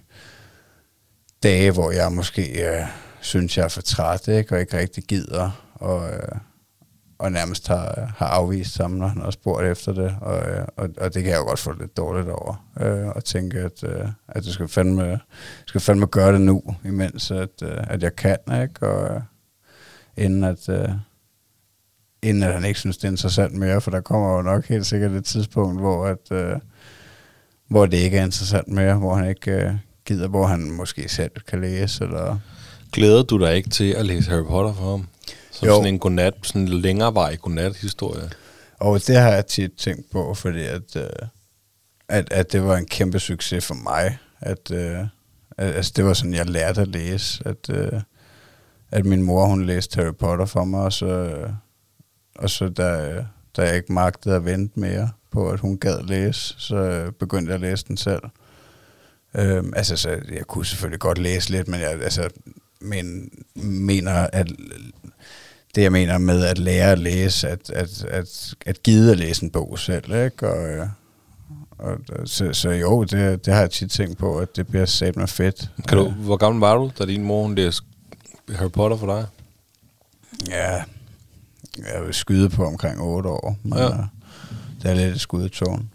dage, hvor jeg måske øh, synes, jeg er for træt, ikke, og ikke rigtig gider, og... Øh, og nærmest har, har afvist sammen, når han har spurgt efter det, og, og, og det kan jeg jo godt få lidt dårligt over, øh, og tænke, at, øh, at jeg skal fandme, skal fandme gøre det nu, imens at, øh, at jeg kan, ikke, og øh, inden, at, øh, inden at han ikke synes, det er interessant mere, for der kommer jo nok helt sikkert et tidspunkt, hvor, at, øh, hvor det ikke er interessant mere, hvor han ikke øh, gider, hvor han måske selv kan læse, eller... Glæder du dig ikke til at læse Harry Potter for ham? Som Jo. sådan en godnat, sådan en længerevarig godnat-historie. Og det har jeg tit tænkt på, fordi at, øh, at, at det var en kæmpe succes for mig. At, øh, at, altså det var sådan, jeg lærte at læse. At, øh, at min mor, hun læste Harry Potter for mig, og så, øh, og så da, da jeg ikke magtede at vente mere på, at hun gad læse, så øh, begyndte jeg at læse den selv. Øh, altså, så jeg kunne selvfølgelig godt læse lidt, men jeg altså, men, mener, at... Det, jeg mener med at lære at læse, at, at, at, at gide at læse en bog selv, ikke? Og, og, så, så jo, det, det har jeg tit tænkt på, at det bliver satme fedt. Kan du, hvor gammel var du, da din mor hun læste Harry Potter for dig? Ja, jeg vil skyde på omkring otte år, men ja. Det er lidt et skudetårn.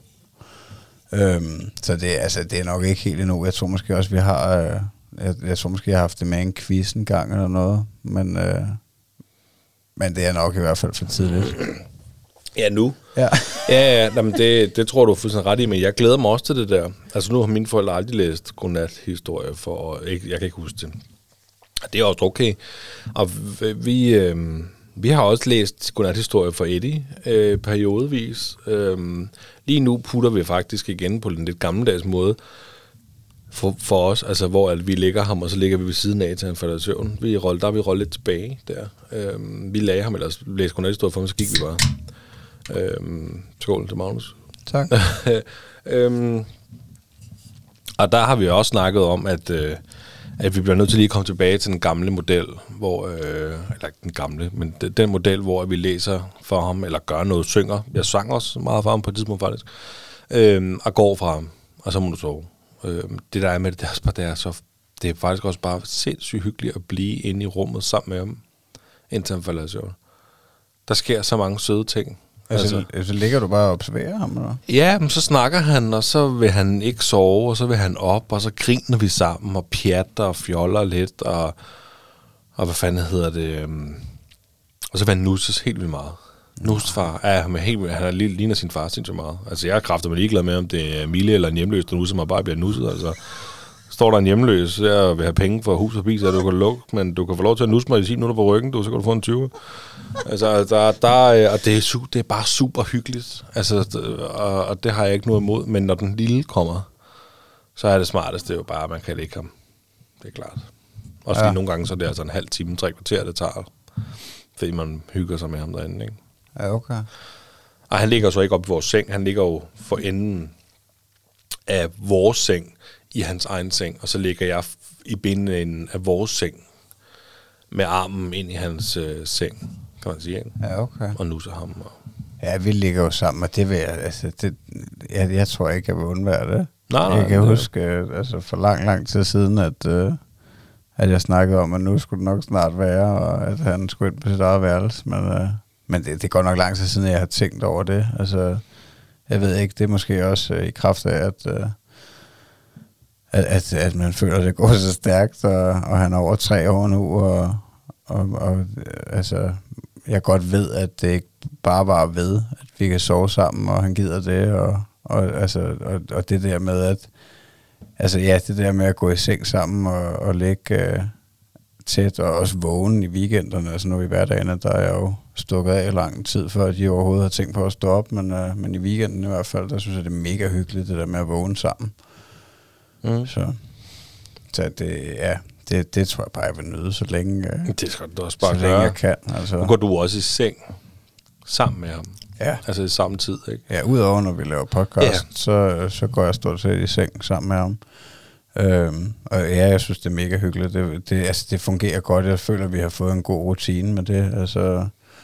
Øhm, så det, altså, det er nok ikke helt endnu. Jeg tror måske også, vi har, øh, jeg, jeg tror måske, jeg har haft det med en quiz en gang eller noget, men... Øh, Men det er nok i hvert fald for tidligt. Ja, nu. Ja, ja, ja jamen det, det tror du er fuldstændig ret i, men jeg glæder mig også til det der. Altså nu har mine forældre aldrig læst godnat-historie, for ikke, jeg kan ikke huske det. Det er også okay. Og vi, øh, vi har også læst godnat-historie for Eddie øh, periodevis. Øh, lige nu putter vi faktisk igen på den lidt gammeldags måde, For, for os, altså hvor at vi ligger ham, og så ligger vi ved siden af til han falder i søvn. Vi roller, der har vi rollet lidt tilbage der. Øhm, vi lagde ham, eller læste godnathistorie for ham, så gik vi bare. Øhm, skål til Magnus. tak. øhm, og der har vi også snakket om, at, øh, at vi bliver nødt til lige at komme tilbage til den gamle model, hvor, øh, eller ikke den gamle, men den, den model, hvor vi læser for ham, eller gør noget, synger. Jeg sang også meget for ham på et tidspunkt faktisk, øhm, og går fra ham, og så må du sove. Øh, det der er med det, det er, det er, så, det er faktisk også bare sindssygt hyggeligt at blive inde i rummet sammen med ham, indtil han falder i søvn. Der sker så mange søde ting. Altså, altså, så ligger du bare og observerer ham, eller? Ja, men så snakker han, og så vil han ikke sove, og så vil han op, og så griner vi sammen, og pjatter og fjoller lidt, og, og hvad fanden hedder det, um, og så vil han nusses helt vildt meget. Nusses far, ja, han, er helt, han er, ligner sin far sindssygt meget. Altså, jeg er kraftigt med ligeglad med, om det er Mille eller en hjemløs, der nusser mig, bare bliver nusset, altså. Står der en hjemløs, der vil have penge for hus og bil, så du kan lukke, men du kan få lov til at nusse mig i ti minutter på ryggen, du, så kan du få en tyve. Altså, der, der, og det er, su- det er bare super hyggeligt, altså, og, og det har jeg ikke noget imod, men når den lille kommer, så er det smarteste, det er jo bare, at man kan lægge ham. Det er klart. Også ja. Fordi nogle gange, så er det altså en halv time, tre kvarter, det tager, fordi man hygger sig med ham derinde, ikke? Ja, okay. Og han ligger så ikke op i vores seng, han ligger jo for enden af vores seng, i hans egen seng, og så ligger jeg i benenden af vores seng, med armen ind i hans øh, seng, kan man sige, ikke? Ja, okay. Og nusser ham. Og ja, vi ligger jo sammen, og det vil jeg, altså, det, jeg, jeg tror ikke, jeg vil undvære det. Nej, jeg kan det huske, øh, altså for lang, lang tid siden, at, øh, at jeg snakkede om, at nu skulle det nok snart være, og at han skulle ind på sit eget værelse, men, øh, men det, det går nok lang tid siden, at jeg har tænkt over det. Altså, jeg ved ikke, det er måske også øh, i kraft af, at øh, At, at, at man føler, at det går så stærkt, og, og han er over tre år nu, og, og, og altså, jeg godt ved, at det ikke bare var ved, at vi kan sove sammen, og han gider det, og, og, altså, og, og det der med, at altså, ja, det der med at gå i seng sammen, og, og ligge uh, tæt, og også vågen i weekenderne, altså nu i hverdagen, der er jeg jo stukket af lang tid, før de overhovedet har tænkt på at stå op, men, uh, men i weekenden i hvert fald, der synes jeg, det er mega hyggeligt, det der med at vågne sammen. Mm. Så, så det, ja, det, det tror jeg bare, jeg vil nyde, så længe, det skal du også bare så længe jeg kan. Altså. Nu går du også i seng sammen med ham. Ja. Altså i samme tid, ikke? Ja, udover når vi laver podcast, ja. så, så går jeg stort set i seng sammen med ham. Øhm, og ja, jeg synes, det er mega hyggeligt. Det, det, altså, det fungerer godt. Jeg føler, at vi har fået en god rutine med det. Altså,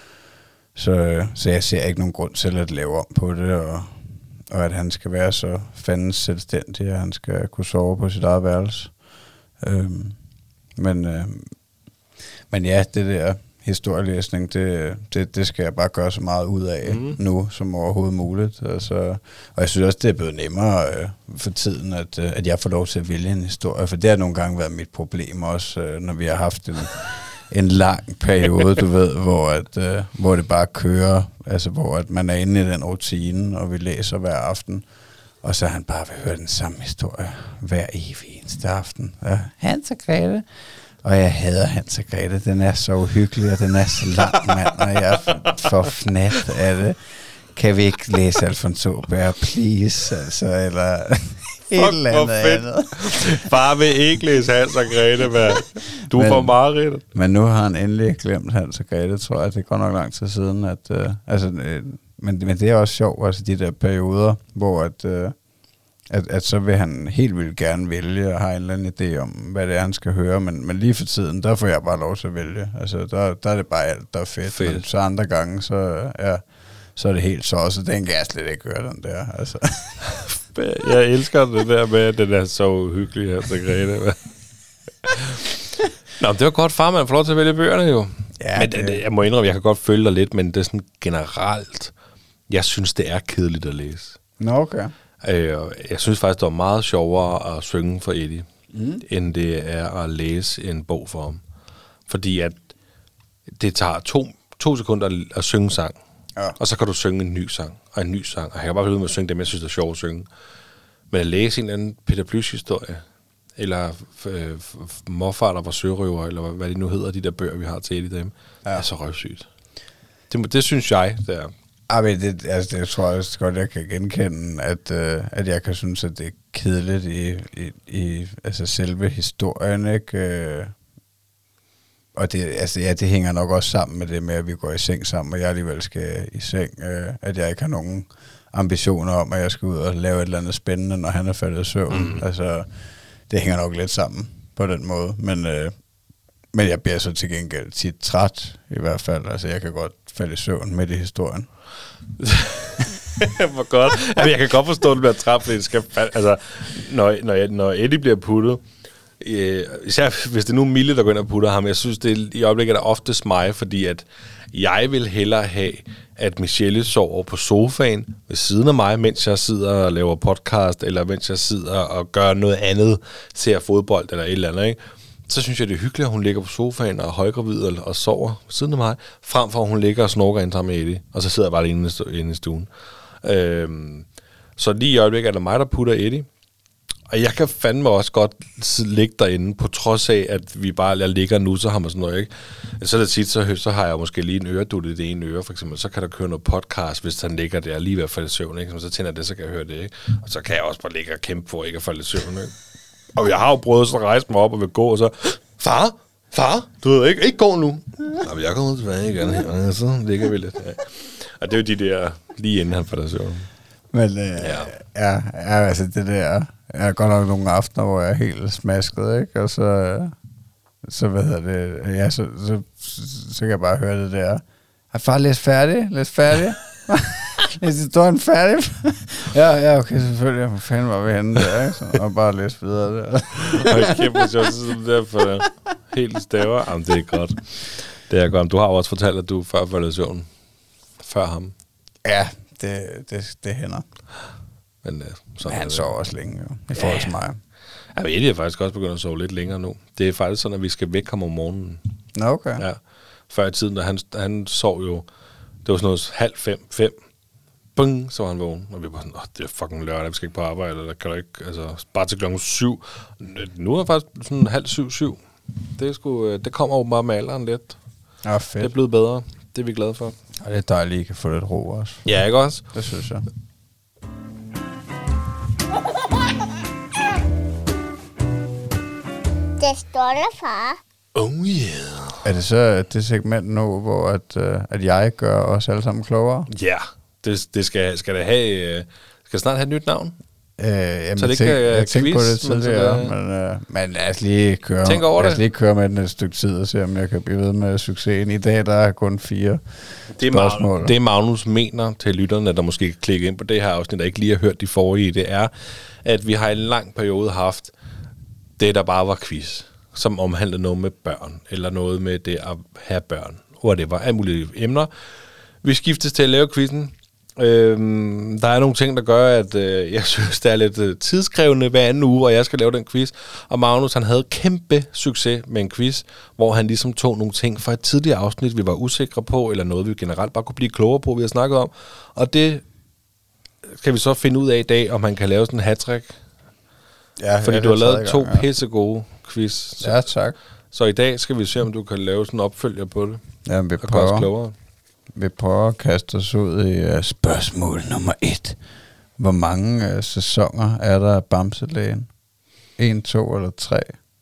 så, så jeg ser ikke nogen grund til at lave om på det, og og at han skal være så fandens selvstændig, at han skal kunne sove på sit eget værelse. Øhm, men, øh, men ja, det der historielæsning, det, det, det skal jeg bare gøre så meget ud af mm. nu, som overhovedet muligt. Altså, og jeg synes også, det er blevet nemmere øh, for tiden, at, øh, at jeg får lov til at vælge en historie, for det har nogle gange været mit problem også, øh, når vi har haft en en lang periode, du ved, hvor, at, øh, hvor det bare kører, altså hvor at man er inde i den rutine, og vi læser hver aften, og så han bare vil høre den samme historie hver evig eneste aften. Ja, Hans og Grete. Og jeg hader Hans og Grete. Den er så uhyggelig, og den er så lang, mand, og jeg får fnat af det. Kan vi ikke læse Alfonso Åberg, please? Altså, eller et eller andet andet. Far vil ikke læse Hans og Grete, hvad? Du men, får mareridt. Men nu har han endelig glemt Hans og Grete, tror jeg. Det går nok lang tid siden. At, øh, altså, øh, men, men det er også sjovt, altså de der perioder, hvor at, øh, at, at så vil han helt vildt gerne vælge, og har en eller anden idé om, hvad det er, han skal høre. Men, men lige for tiden, der får jeg bare lov til at vælge. Altså, der, der er det bare alt, der er fedt. fedt. Men så andre gange, så, ja, så er det helt så også. Den kan jeg slet ikke høre, den der. Altså. Jeg elsker det der med, at den er så uhyggelig, Hans og Grete. Nå, det var godt, far, man får lov til at vælge bøgerne jo. Ja, men det, jeg må indrømme, jeg kan godt følge dig lidt, men det er sådan generelt, jeg synes, det er kedeligt at læse. Nå, okay. Øh, jeg synes faktisk, det var meget sjovere at synge for Eddie, mm. end det er at læse en bog for ham. Fordi at det tager to, to sekunder at synge sang, ja. Og så kan du synge en ny sang, og en ny sang. Og jeg kan bare blive med at synge dem, jeg synes, det er sjovt at synge. Men at læse en eller anden Peter Plys-historie, eller øh, morfar, der var sørøver, eller hvad det nu hedder, de der bøger, vi har til Eddie dem, ja. Er så røvsygt. Det, det synes jeg, det er. Ah, men det, altså, det tror jeg også godt, jeg kan genkende, at, øh, at jeg kan synes, at det er kedeligt i, i, i altså selve historien, ikke? Øh, og det, altså, ja, det hænger nok også sammen med det med, at vi går i seng sammen, og jeg alligevel skal i seng, øh, at jeg ikke har nogen ambitioner om, at jeg skal ud og lave et eller andet spændende, når han er faldet i søvn. Mm. Altså, det hænger nok lidt sammen på den måde, men, øh, men jeg bliver så til gengæld tit træt, i hvert fald. Altså, jeg kan godt falde i søvn midt i historien. Hvor godt. Altså, jeg kan godt forstå, at du bliver træt, fordi det skal... Altså, når, når, jeg, når Eddie bliver puttet, øh, især hvis det er nu Mille, der går ind og putter ham, jeg synes, det er, i øjeblikket er der oftest mig, fordi at jeg vil hellere have, at Michelle sover på sofaen ved siden af mig, mens jeg sidder og laver podcast, eller mens jeg sidder og gør noget andet, ser fodbold eller et eller andet, ikke? Så synes jeg, det er hyggeligt, at hun ligger på sofaen og er højgravid og, og sover ved siden af mig, frem for at hun ligger og snorker ind sammen med Eddie, og så sidder jeg bare inde, inde i stuen. Øhm, så lige i øjeblikket er det mig, der putter Eddie. Og jeg kan fandme også godt ligge derinde, på trods af, at vi bare jeg ligger nu, så har man sådan noget, ikke? Så er det tit, så, så har jeg måske lige en øredut i det ene øre, for eksempel. Så kan der køre noget podcast, hvis han ligger der lige ved at falde i søvn, ikke? Så tænder jeg det, så kan jeg høre det, ikke? Og så kan jeg også bare ligge og kæmpe for ikke at falde i søvn, ikke? Og jeg har jo prøvet så at rejse mig op og vil gå, og så... Far! Far! Du ved ikke, ikke gå nu! Jamen, jeg kommer tilbage igen her, og så ligger vi lidt. Ja. Og det er jo de der, lige inden han falder i søvn. Men øh, ja. Ja, ja, altså det der... Jeg har godt nok nogle aftener, hvor jeg er helt smasket, ikke? Og så, så hvad hedder det, ja, så, så, så kan jeg bare høre det der. Er far læst færdig? Læst færdig? Læst historien færdig? ja, ja, okay, selvfølgelig. Hvor fanden var vi henne der, ikke? Så, og bare læst videre der. Hold kæft, hvor sjovt, så der for helt staver. Jamen, det er godt. Det er godt. Du har også fortalt, at du før faldt i søvn. Før ham. Ja, det, det, det hænder. Men, øh, sådan Men han sover også længe, jo, i forhold til mig. Ja, men Eddie er faktisk også begyndt at sove lidt længere nu. Det er faktisk sådan, at vi skal væk ham om morgenen. Nå, okay. Ja. Før i tiden, da han, han sov jo, det var sådan noget halv fem, fem. Bung, så var han vågen. Og vi var sådan, åh, det er fucking lørdag, vi skal ikke på arbejde, eller kan du ikke, altså, bare til klokken syv. Nu er det faktisk sådan halv syv, syv. Det, er sgu, det kommer åbenbart med alderen lidt. Ja, fedt. Det er blevet bedre. Det er vi glade for. Og det er dejligt, at I kan få lidt ro også. Ja, ikke også? Det synes jeg. Det stolte far. Oh yeah. Er det så det segment nu, hvor at, uh, at jeg gør os alle sammen klogere? Ja, yeah. det, det skal, skal det have... Skal snart have et nyt navn? Øh, jamen, så det tænk, ikke er jeg tænkte på det tidligere, men, men, uh, men lad os lige køre, tænk over lad os det. lige køre med den et stykke tid og se, om jeg kan blive ved med succesen. I dag der er kun fire det er spørgsmål. Magnus, det Magnus mener til lytterne, der måske kan klikke ind på det her afsnit, der ikke lige har hørt de forrige, det er, at vi har i en lang periode haft det, der bare var quiz, som omhandlede noget med børn, eller noget med det at have børn, whatever, alle mulige emner. Vi skiftes til at lave quizzen. Øhm, der er nogle ting, der gør, at øh, jeg synes, det er lidt øh, tidskrævende hver anden uge, hvor jeg skal lave den quiz. Og Magnus, han havde kæmpe succes med en quiz, hvor han ligesom tog nogle ting fra et tidligere afsnit, vi var usikre på, eller noget, vi generelt bare kunne blive klogere på, vi har snakket om. Og det kan vi så finde ud af i dag, om man kan lave sådan en hat-trick. Ja, fordi ja, du har lavet to ja. pissegode quiz. Så, ja, tak. Så i dag skal vi se, om du kan lave sådan en opfølger på det. Ja, vi prøver. Vi prøver at kaste os ud i uh, spørgsmål nummer et. Hvor mange uh, sæsoner er der af Bamselægen? En, to eller tre?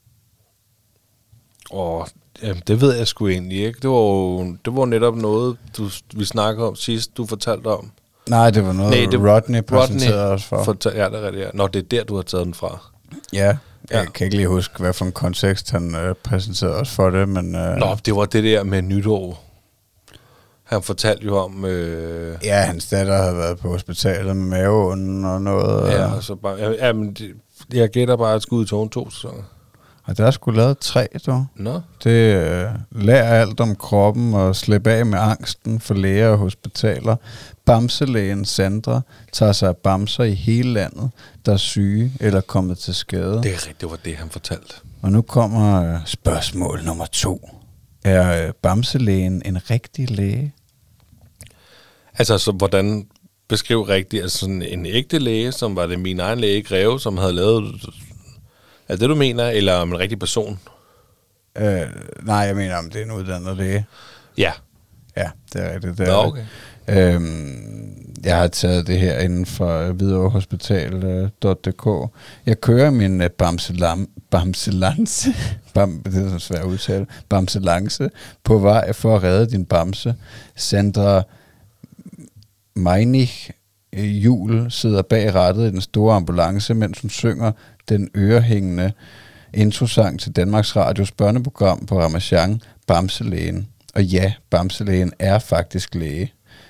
Åh, jamen, det ved jeg sgu egentlig ikke. Det var jo, det var netop noget, du, vi snakkede om sidst, du fortalte om. Nej, det var noget, Nej, det Rodney præsenterede os for. Fortal, ja, det er rigtigt. Ja. Nå, det er der, du har taget den fra. Ja, jeg ja. kan ikke lige huske, hvad for en kontekst han øh, præsenterede os for det, men... Øh, Nå, det var det der med nytår. Han fortalte jo om... Øh, ja, hans datter havde været på hospitalet med maveånden og noget. Ja, og så bare... Ja, men det, jeg gætter bare, at skud i tårn to sæsoner. Og der er sgu lavet tre, du. Nå. Det øh, lærer alt om kroppen og slippe af med angsten for læger og hospitaler. Bamselægen Sandra tager sig af bamser i hele landet, der er syge eller kommet til skade. Det er rigtigt, det var det, han fortalte. Og nu kommer øh, spørgsmål nummer to. Er øh, Bamselægen en rigtig læge? Altså, så hvordan beskriv rigtigt? Altså sådan en ægte læge, som var det min egen læge, Greve, som havde lavet... Er det, du mener, eller om en rigtig person? Øh, nej, jeg mener, om det er en uddannet læge. Ja. Ja, det er rigtigt. Det Nå, er okay. Øhm, jeg har taget det her inden for hvidovre hospital punktum d k. Jeg kører min uh, bamselam, bamselance, bam, det er så svært at udtale, bamselance på vej for at redde din bamse. Sandra Meinig Jul sidder bag rattet i den store ambulance, mens hun synger den ørehængende introsang til Danmarks Radios børneprogram på Ramachan, Bamselægen. Og ja, Bamselægen er faktisk læge.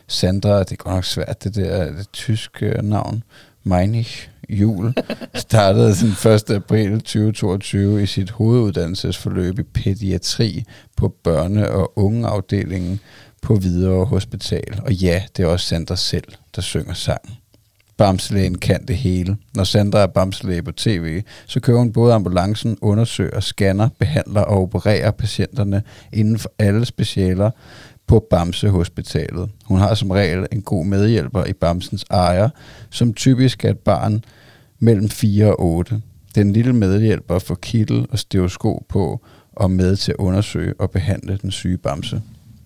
Sandra, det er godt nok svært, det der det tyske navn, Meinich Juhl, startede den første april tyve toogtyve i sit hoveduddannelsesforløb i pædiatri på børne- og ungeafdelingen på Hvidovre Hospital. Og ja, det er også Sandra selv, der synger sangen. Bamselægen kan det hele. Når Sandra er bamselæge på tv, så kører hun både ambulancen, undersøger, scanner, behandler og opererer patienterne inden for alle specialer på Bamsehospitalet. Hun har som regel en god medhjælper i Bamsens ejer, som typisk er et barn mellem fire og otte. Den lille medhjælper får kittel og stereoskop på og med til at undersøge og behandle den syge Bamse.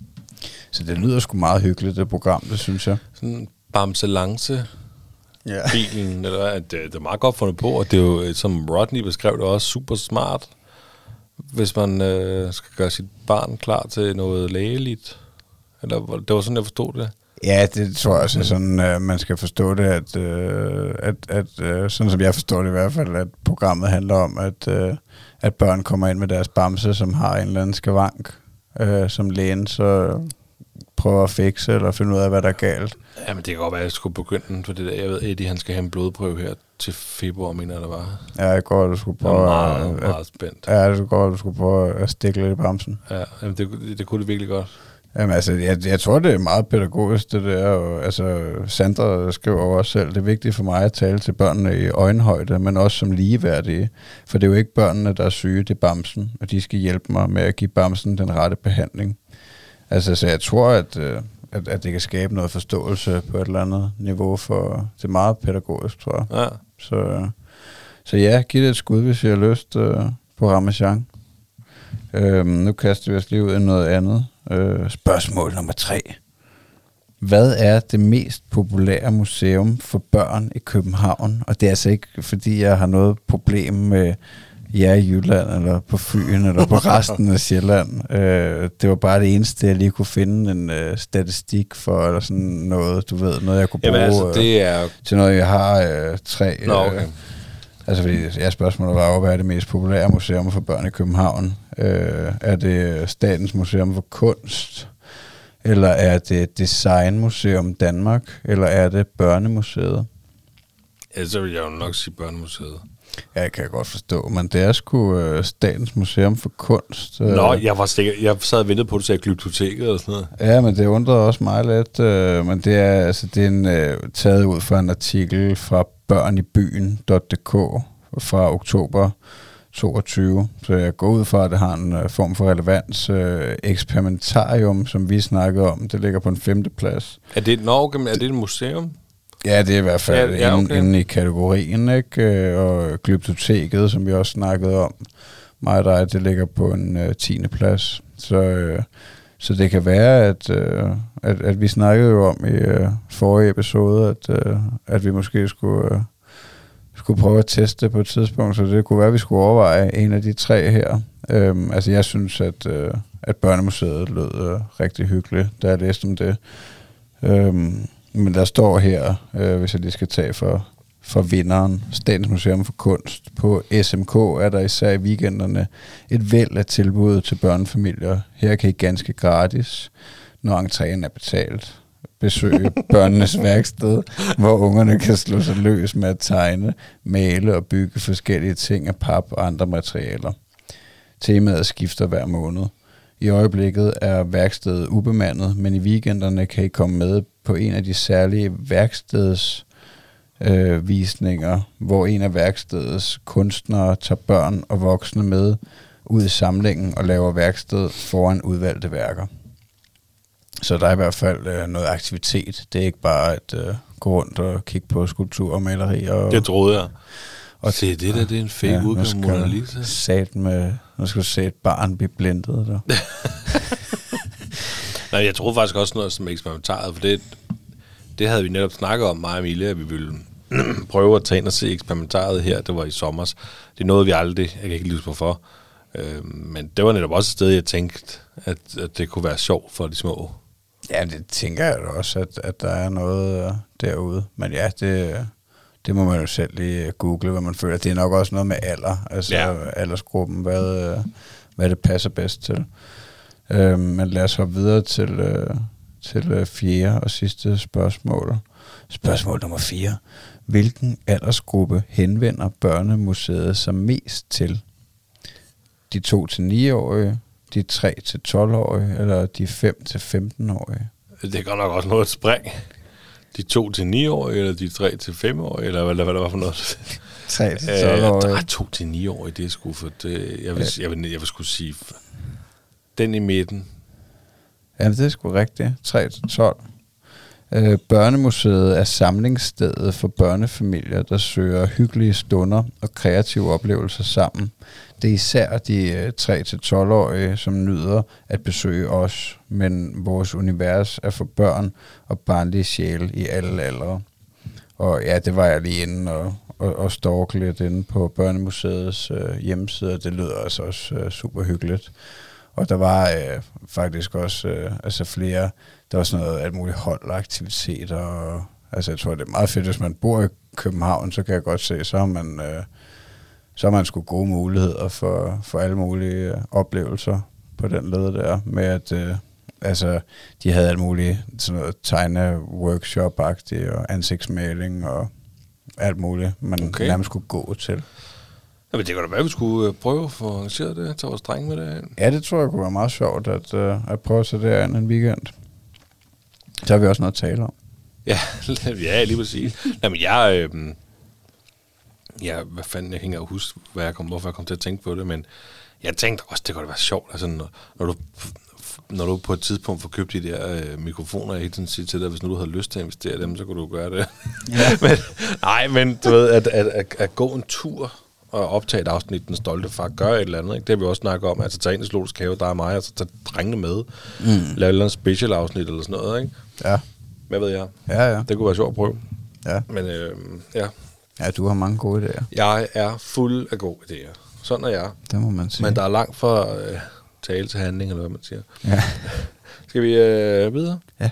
Så det lyder sgu meget hyggeligt, det program, det synes jeg. Sådan Bamselance. Ja. Bilen, eller at det, det er meget godt fundet på, og det er jo, som Rodney beskrev det, også super smart, hvis man øh, skal gøre sit barn klar til noget lægeligt. Eller det var sådan, jeg forstod det. Ja, det tror jeg også, sådan, øh, man skal forstå det, at, øh, at, at øh, sådan som jeg forstår det i hvert fald, at programmet handler om, at, øh, at børn kommer ind med deres bamse, som har en eller anden skavank, øh, som lægen så prøver at fikse, eller finde ud af, hvad der er galt. Jamen, det kan godt være, at jeg skulle begynde for det der. Jeg ved, Eddie, han skal have en blodprøve her til februar, mener jeg, der var. Ja, jeg går, du skulle prøve jeg er meget, at, meget spændt. Ja, det går, du skulle prøve at stikke lidt i bamsen. Ja, jamen, det, det, det kunne det virkelig godt. Jamen altså, jeg, jeg tror, det er meget pædagogisk, det der. Og, altså, Sandra skriver også selv, det er vigtigt for mig at tale til børnene i øjenhøjde, men også som ligeværdige. For det er jo ikke børnene, der er syge, det er Bamsen, og de skal hjælpe mig med at give Bamsen den rette behandling. Altså, så jeg tror, at, at, at det kan skabe noget forståelse på et eller andet niveau, for det er meget pædagogisk, tror jeg. Ja. Så, så ja, giv det et skud, hvis I har lyst uh, på Ramachan. Øhm, nu kaster vi os lige ud i noget andet. Øh, spørgsmål nummer tre. Hvad er det mest populære museum for børn i København? Og det er altså ikke, fordi jeg har noget problem med jer i Jylland, eller på Fyn, eller på resten af Sjælland. Øh, det var bare det eneste, jeg lige kunne finde en øh, statistik for, eller sådan noget, du ved, noget jeg kunne bruge. Jamen altså, det er øh, til noget, jeg har øh, tre... Nå, okay. øh, Altså, fordi jeres spørgsmål var jo, hvad er det mest populære museum for børn i København? Øh, er det Statens Museum for Kunst? Eller er det Designmuseum Danmark? Eller er det Børnemuseet? Ja, så vil jeg jo nok sige Børnemuseet. Ja, jeg kan godt forstå, men det er sgu øh, Statens Museum for Kunst. Øh. Nå, jeg var sikker, jeg sad og ventede på, at du sagde Glyptoteket og sådan noget. Ja, men det undrede også mig lidt. Øh, men det er, altså, det er en, øh, taget ud fra en artikel fra børnibyen punktum d k fra oktober toogtyve. Så jeg går ud fra, at det har en uh, form for relevans. Uh, Experimentarium, som vi snakkede om, det ligger på en femte plads. Er det, nå, okay, er det et museum? Ja, det er i hvert fald ja, ja, okay. inde, inde i kategorien, ikke? Og Glyptoteket, som vi også snakkede om, mig og dig, det ligger på en uh, tiende plads. Så, uh, så det kan være, at, uh, at, at vi snakkede jo om i uh, forrige episode, at, uh, at vi måske skulle... Uh, skulle prøve at teste på et tidspunkt, så det kunne være, at vi skulle overveje en af de tre her. Øhm, altså, jeg synes, at, øh, at Børnemuseet lød øh, rigtig hyggeligt, da jeg læste om det. Øhm, men der står her, øh, hvis jeg lige skal tage for, for vinderen, Statens Museum for Kunst. På S M K er der især i weekenderne et væld af tilbud til børnefamilier. Her kan I ganske gratis, når entréen er betalt, besøge børnenes værksted, hvor ungerne kan slå sig løs med at tegne, male og bygge forskellige ting af pap og andre materialer. Temaet skifter hver måned. I øjeblikket er værkstedet ubemandet, men i weekenderne kan I komme med på en af de særlige værkstedsvisninger, øh, hvor en af værkstedets kunstnere tager børn og voksne med ud i samlingen og laver værksted foran udvalgte værker. Så der er i hvert fald øh, noget aktivitet. Det er ikke bare at øh, gå rundt og kigge på skulptur og malerier. Og, det troede jeg. Og se, det der, det er en fake ja, udgave af Mona Lisa. Sat med, nu skal du se et barn blive blindet der. Nej, jeg troede faktisk også noget som eksperimentaret, for det, det havde vi netop snakket om, mig og Emilie, at vi ville prøve at tage ind og se eksperimentaret her. Det var i sommers. Det er noget, vi aldrig, jeg kan ikke lide på for. Øh, men det var netop også et sted, jeg tænkte, at, at det kunne være sjovt for de små. Ja, det tænker jeg da også, at, at der er noget uh, derude. Men ja, det, det må man jo selv lige google, hvad man føler. Det er nok også noget med alder, altså ja. aldersgruppen, hvad, uh, hvad det passer bedst til. Uh, men lad os hoppe videre til, uh, til øh, fjerde og sidste spørgsmål. Spørgsmål nummer fire. Hvilken aldersgruppe henvender Børnemuseet sig mest til? De to til ni-årige, de tre til tolv-årige, eller de fem til femten-årige? Det er godt nok også noget at springe. De to til ni-årige, eller de tre til fem-årige, eller hvad, hvad der var for noget? tre til tolv-årige. Nej, to til ni-årige, det er sgu for det. Jeg vil, ja. jeg, vil, jeg vil sgu sige, den i midten. Ja, det er sgu rigtigt. tre til tolv. Øh, Børnemuseet er samlingsstedet for børnefamilier, der søger hyggelige stunder og kreative oplevelser sammen. Det er især de øh, tre til tolv-årige, som nyder at besøge os, men vores univers er for børn og barnlige sjæle i alle aldre. Og ja, det var jeg lige inde og, og, og stalke lidt inde på Børnemuseets øh, hjemmeside, det lyder altså også øh, super hyggeligt. Og der var øh, faktisk også øh, altså flere, der var sådan noget alt muligt holdaktiviteter. Og, altså jeg tror, det er meget fedt, hvis man bor i København, så kan jeg godt se, så har man, øh, så har man sgu gode muligheder for, for alle mulige øh, oplevelser på den led der. Med at øh, altså, de havde alt muligt sådan noget tegne-workshop-agtigt og ansigtsmaling og alt muligt, man okay. nærmest skulle gå til. Jamen, det kunne da være, at vi skulle prøve at få arrangeret det, tage vores dreng med det. Ja, det tror jeg kunne være meget sjovt, at, uh, at prøve at se det en weekend. Så har vi også noget at tale om. Ja, ja lige præcis. Jamen, jeg... Øh, ja, hvad fanden, jeg hænger og huske, hvad jeg kom, hvorfor jeg kom til at tænke på det, men jeg tænkte også, det kunne da være sjovt, altså, når, når du... Når du på et tidspunkt får købt de der øh, mikrofoner, jeg hele tiden siger til dig, hvis nu du havde lyst til at investere dem, så kunne du gøre det. Ja. men, nej, men du ved, at, at, at, at gå en tur og optage et afsnit, Den Stolte Far, gør et eller andet, ikke? Det har vi også snakket om, altså tage ind i Zoologisk Have, der er mig, altså tage drengene med, mm. lave et eller andet special afsnit eller sådan noget, ikke? Ja. Hvad ved jeg? Ja, ja. Det kunne være sjovt at prøve. Ja. Men øh, ja. Ja, du har mange gode idéer. Jeg er fuld af gode idéer. Sådan er jeg. Det må man sige. Men der er langt fra øh, tale til handling, eller hvad man siger. Ja. Skal vi øh, videre? Ja.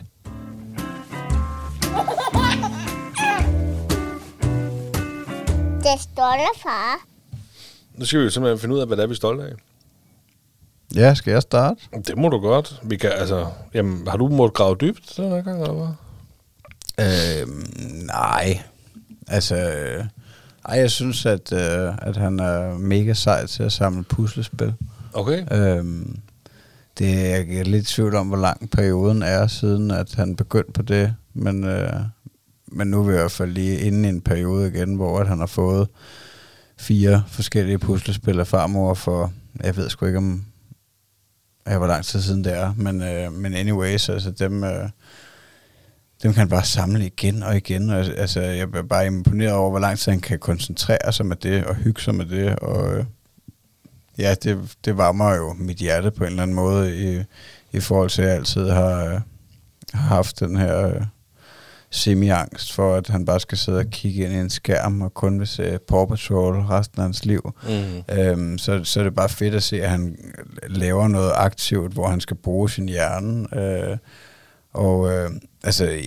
Det stolte far. Nu skal vi jo simpelthen finde ud af, hvad det er, vi er stolte af. Ja, skal jeg starte? Det må du godt. Vi kan, altså, jamen, har du måttet grave dybt den her gang, eller hvad? Øh, nej. Altså, ej, jeg synes, at, øh, at han er mega sej til at samle puslespil. Okay. Øhm, det er jeg er lidt i tvivl om, hvor lang perioden er, siden at han begyndte på det. Men, øh, men nu er vi i hvert fald lige inde i en periode igen, hvor at han har fået fire forskellige puslespil af farmor for, jeg ved sgu ikke om, ja, hvor lang tid siden det er, men, øh, men anyways, altså dem, øh, dem kan han bare samle igen og igen. Og, altså, jeg er bare imponeret over, hvor lang tid han kan koncentrere sig med det og hygge sig med det. Og øh, ja, det, det varmer jo mit hjerte på en eller anden måde i, i forhold til, at jeg altid har, øh, har haft den her øh, semi-angst for, at han bare skal sidde og kigge ind i en skærm og kun vil se Paw Patrol resten af hans liv. Mm. Øhm, så, så er det bare fedt at se, at han laver noget aktivt, hvor han skal bruge sin hjerne. Øh, og øh, altså,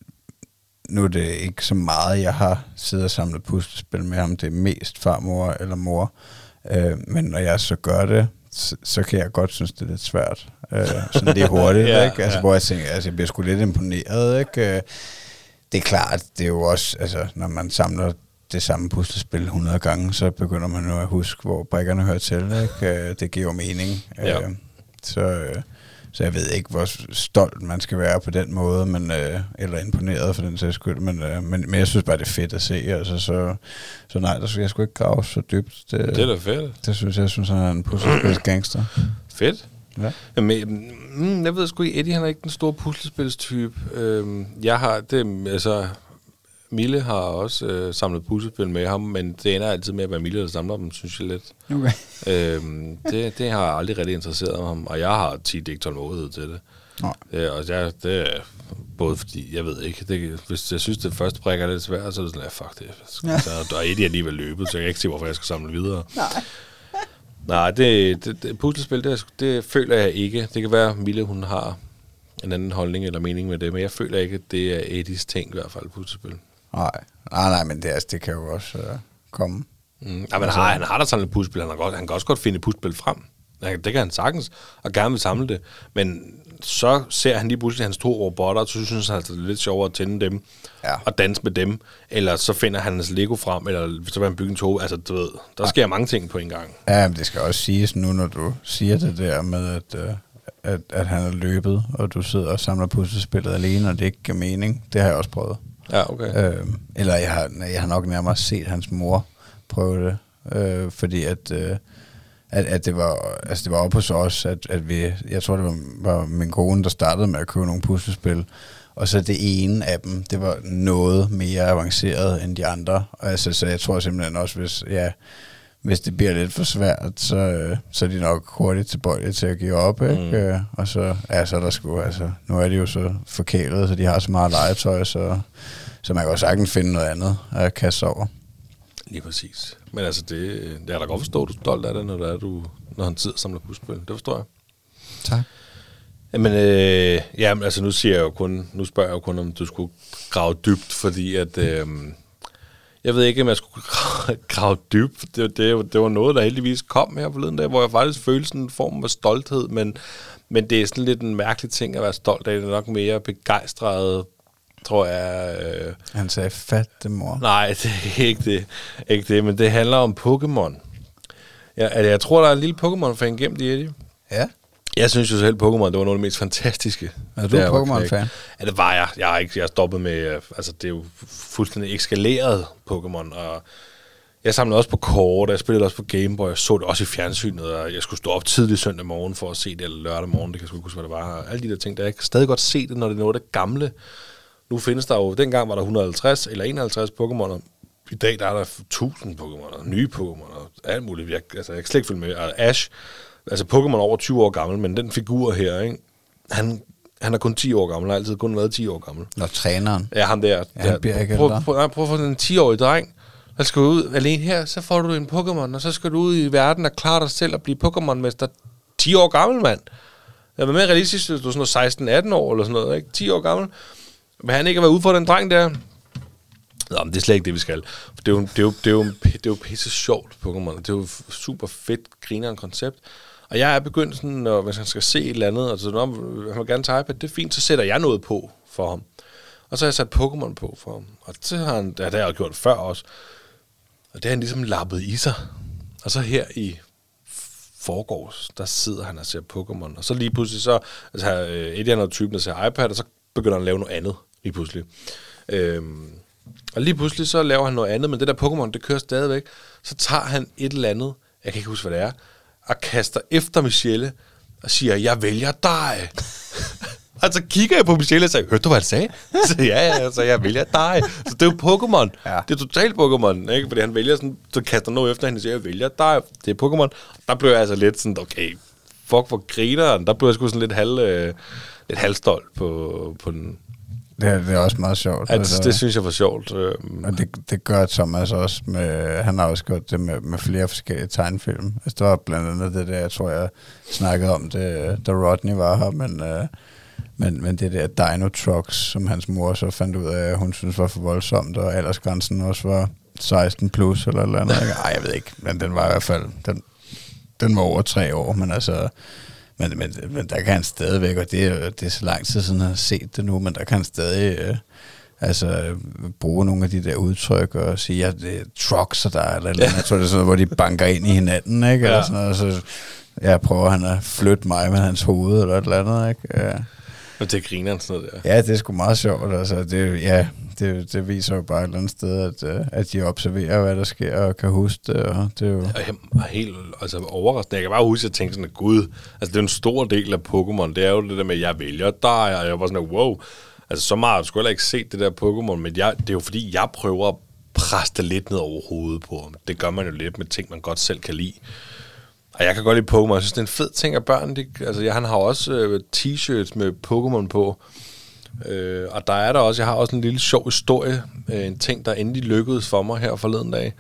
nu er det ikke så meget, jeg har siddet og samlet puslespil med ham. Det er mest farmor eller mor. Øh, men når jeg så gør det, så, så kan jeg godt synes, det er lidt svært. Øh, sådan lidt hurtigt, ja, ikke? Altså, ja. Hvor jeg tænker, altså, jeg bliver sgu lidt imponeret, ikke? Øh, det er klart, det er jo også, altså, når man samler det samme puslespil hundrede gange, så begynder man jo at huske, hvor brikkerne hører til, ikke? Det giver jo mening. Ja. Øh, så, øh, så jeg ved ikke, hvor stolt man skal være på den måde, men, øh, eller imponeret for den sags skyld, men, øh, men, men jeg synes bare, det er fedt at se. Altså, så, så nej, der skal jeg sgu ikke grave så dybt. Det, det er da fedt. Det synes jeg, jeg synes, han er en puslespils gangster. Fedt. Ja. Jamen, mm, jeg ved sgu ikke, Eddie han er ikke den store puslespilstype. Øhm, jeg har det, altså Mille har også øh, samlet puslespil med ham, men det ender altid med at være Mille, der samler dem, synes jeg lidt. Okay. øhm, det, det har aldrig rigtig interesseret ham, og jeg har tit ikke tålmodighed til det. Nej. Øh, og jeg, det er både fordi, jeg ved ikke, det, hvis jeg synes, det første brik er lidt svært, så er det sådan, ja, fuck det. Ja. Så, der er Eddie alligevel løbet, så jeg kan ikke se, hvorfor jeg skal samle videre. Nej. Nej, det, det, det puslespil, det, det føler jeg ikke. Det kan være, at Mille, hun har en anden holdning eller mening med det, men jeg føler ikke, at det er Eddies ting, i hvert fald, puslespil. Nej, nej, nej, men det, altså, det kan jo også uh, komme. Mm. Ja, men altså, har, han har da sådan et puslespil. Han, han kan også godt finde et puslespil frem. Ja, det kan han sagtens, og gerne vil samle det. Men så ser han lige pludselig hans to robotter, og så synes han, at det er lidt sjovere at tænde dem, ja. og danse med dem. Eller så finder han hans Lego frem, eller så vil han bygge en tog. Altså, du ved, der sker ja. mange ting på en gang. Ja, men det skal også siges nu, når du siger det der med, at, uh, at, at han er løbet, og du sidder og samler puslespillet alene, og det ikke giver mening. Det har jeg også prøvet. Ja, okay. Øh, eller jeg har, jeg har nok nærmere set hans mor prøve det, øh, fordi at... Øh, At, at det var altså det var op hos os, at, at vi, jeg tror det var, var min kone, der startede med at købe nogle puslespil, og så det ene af dem, det var noget mere avanceret end de andre. Altså, så jeg tror simpelthen også, hvis, ja, hvis det bliver lidt for svært, så, så er de nok hurtigt tilbøjelige til at give op, ikke? Mm. Og så, ja, så er der sgu, altså, nu er de jo så forkælet, så de har så meget legetøj, så, så man kan jo sagtens finde noget andet at kaste over. Lige præcis. Men altså, det, det er da godt forstå, du er stolt af det, når, det er, du, når han sidder og samler puslespil. Det forstår jeg. Tak. Jamen, øh, ja, altså nu siger jeg jo kun, nu spørger jeg jo kun, om du skulle grave dybt, fordi at, øh, jeg ved ikke, om jeg skulle grave, grave dybt. Det, det, det var noget, der heldigvis kom her forleden dag, hvor jeg faktisk følte sådan en form af stolthed, men, men det er sådan lidt en mærkelig ting at være stolt af. Det er nok mere begejstret, tror jeg. Øh, Han sagde, fat det, mor. Nej, det er ikke det, ikke det, men det handler om Pokémon. Ja, altså, jeg tror, der er en lille Pokémon-fan gemt i Eddie. Ja. Jeg synes jo selv, Pokémon, det var noget af det mest fantastiske. Er du Pokémon-fan? Ja, det var jeg. Jeg har ikke, jeg har stoppet med, altså det er jo fuldstændig eskaleret Pokémon, og jeg samlede også på kort, jeg spillede også på Game Boy, jeg så det også i fjernsynet, og jeg skulle stå op tidlig søndag morgen for at se det, eller lørdag morgen, det kan jeg sgu ikke huske, hvad det var. Alle de der ting, der jeg kan stadig godt se det, når det er noget af det gamle. Nu findes der jo, dengang var der et hundrede og halvtreds eller enoghalvtreds Pokémoner. I dag der er der tusind Pokémoner, nye Pokémoner, alt muligt. Jeg, altså, jeg kan slet ikke følge med. Og Ash, altså Pokémon over tyve år gammel, men den figur her, ikke? Han, han er kun ti år gammel, har altid kun været ti år gammel. Nå, træneren. Ja, ham der. Ja, han bliver ikke prøv, prøv, prøv, prøv at få en ti-årig dreng, der skal ud alene her, så får du en Pokémon, og så skal du ud i verden og klare dig selv og blive Pokémon-mester. ti år gammel, mand. Det var mere realistisk, hvis du er sådan seksten atten år eller sådan noget, ikke? ti år gammel. Men han ikke har været ude for den dreng der. Nå, men det er slet ikke det, vi skal. For det er jo, det er jo, det er jo, det er jo pisse sjovt, Pokémon. Det er jo super fedt, grinerende koncept. Og jeg er begyndt sådan, når, hvis han skal se et eller andet, og så når han vil gerne tage iPad, det er fint, så sætter jeg noget på for ham. Og så har jeg sat Pokémon på for ham. Og det har han, ja, det har jeg gjort før også. Og det har han ligesom lappet i sig. Og så her i forgårs, der sidder han og ser Pokémon. Og så lige pludselig så, altså et eller andet typen, der ser iPad, og så begynder han at lave noget andet lige pludselig. Øhm, og lige pludselig så laver han noget andet, men det der Pokémon, det kører stadigvæk. Så tager han et eller andet, jeg kan ikke huske, hvad det er, og kaster efter Michelle og siger, jeg vælger dig. Og så kigger jeg på Michelle og siger, hørte du, hvad han sagde? Så ja, ja, så jeg vælger dig. Så det er jo Pokémon. Ja. Det er totalt Pokémon, ikke? Fordi han vælger sådan, så kaster noget efter hende og siger, jeg vælger dig. Det er Pokémon. Der blev jeg altså lidt sådan, okay, fuck for grineren. Der blev jeg sgu sådan lidt halv... Øh, lidt halvstolt på, på den. Det er, det er også meget sjovt. At, altså, det synes jeg var sjovt. Og det, det gør Thomas også med, han har også gjort det med, med flere forskellige tegnefilm. Altså, det var blandt andet det der, jeg tror, jeg snakkede om det, da Rodney var her, men, øh, men, men det der Dino Trucks, som hans mor så fandt ud af, at hun synes var for voldsomt, og aldersgrænsen også var seksten plus, eller eller andet. Ej, jeg ved ikke, men den var i hvert fald, den, den var over tre år, men altså... Men, men, men der kan han stadigvæk, og det er, det er så lang tid siden, jeg har set det nu, men der kan han stadig øh, altså, bruge nogle af de der udtryk og sige, at det er trucks, og der er eller, eller jeg tror, det er sådan, hvor de banker ind i hinanden, ikke? Eller ja. Sådan noget, og så ja, prøver han at flytte mig med hans hoved, eller et eller andet, ikke? Ja. Og det griner han sådan noget der. Ja, det er sgu meget sjovt, altså, det, ja, det, det viser jo bare et eller andet sted, at, at de observerer, hvad der sker, og kan huske det, og det er jo... Jeg er helt altså, overraskende. Jeg kan bare huske, at jeg tænkte sådan, at gud, altså det er en stor del af Pokémon, det er jo det der med, at jeg vælger dig, og jeg var sådan, wow, altså så meget, jeg skulle heller ikke set det der Pokémon, men jeg, det er jo fordi, jeg prøver at presse det lidt ned over hovedet på ham. Det gør man jo lidt med ting, man godt selv kan lide. Og jeg kan godt lide Pokémon. Jeg synes, det er en fed ting af børn. De, altså, jeg, han har også øh, t-shirts med Pokémon på. Øh, og der er der også, jeg har også en lille sjov historie. Øh, en ting, der endelig lykkedes for mig her forleden dag.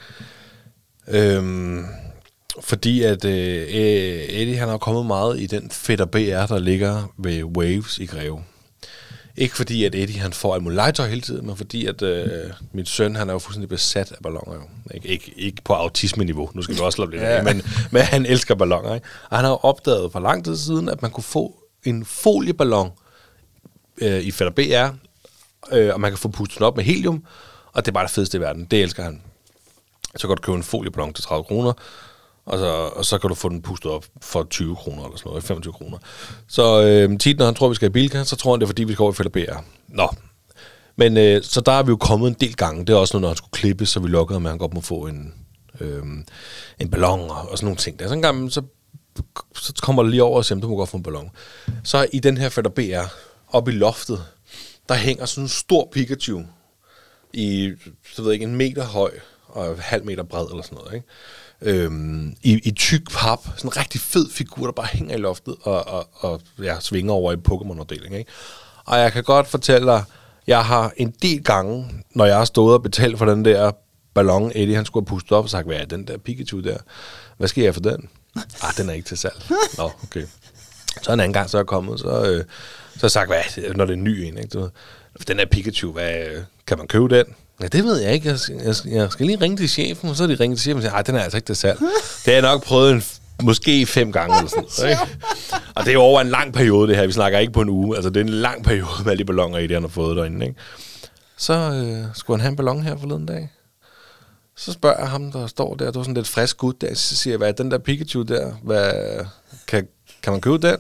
Øh, fordi at øh, Eddie, han har kommet meget i den Fætter B R, der ligger ved Waves i Greve. Ikke fordi, at Eddie han får alt muligt legetøj hele tiden, men fordi, at øh, min søn, han er jo fuldstændig besat af balloner. Jo. Ikke, ikke, ikke på autisme-niveau, nu skal vi også slå lidt af, men, men han elsker balloner. Ikke? Og han har jo opdaget for lang tid siden, at man kunne få en folieballon øh, i Fætter B R, øh, og man kan få pustet den op med helium, og det er bare det fedeste i verden. Det elsker han. Så kan du købe en folieballon til tredive kroner, og så, og så kan du få den pustet op for tyve kroner eller sådan noget, femogtyve kroner. Så øh, tit, når han tror, vi skal i Bilka, så tror han, det er fordi, vi skal over i Fætter B R. Nå. Men øh, så der er vi jo kommet en del gange. Det er også noget, når han skulle klippe, så vi lukkede med, at han godt må få en, øh, en ballon og, og sådan nogle ting. Der. Så en gang, så, så kommer der lige over og siger, du må godt få en ballon. Så i den her Fætter B R, oppe i loftet, der hænger sådan en stor Pikachu i, så ved jeg ikke, en meter høj og en halv meter bred eller sådan noget, ikke? Øhm, i, i tyk pap, sådan en rigtig fed figur, der bare hænger i loftet og, og, og ja, svinger over i Pokémon-afdelingen, ikke? Og jeg kan godt fortælle dig, jeg har en del gange, når jeg har stået og betalt for den der ballon, Eddie han skulle have pustet op og sagt, hvad er den der Pikachu der? Hvad skal jeg for den? Ah, den er ikke til salg. Nå, okay. Så en anden gang, så er jeg kommet, så, øh, så har jeg sagt, hvad, når det er en ny en, ikke? Du ved, den der Pikachu, hvad, kan man købe den? Ja, det ved jeg ikke. Jeg skal, jeg, skal, jeg skal lige ringe til chefen, og så er de ringet til chefen og siger, nej, den er altså ikke til salg. Det har jeg nok prøvet en, måske fem gange eller sådan noget, ikke? Og det er jo over en lang periode, det her. Vi snakker ikke på en uge. Altså, det er en lang periode med alle de balloner i, det han har fået derinde, ikke? Så øh, skulle han have en ballon her forleden dag. Så spørger jeg ham, der står der, du er sådan lidt frisk gut der, så siger jeg, hvad er den der Pikachu der? Hvad, kan, kan man købe den?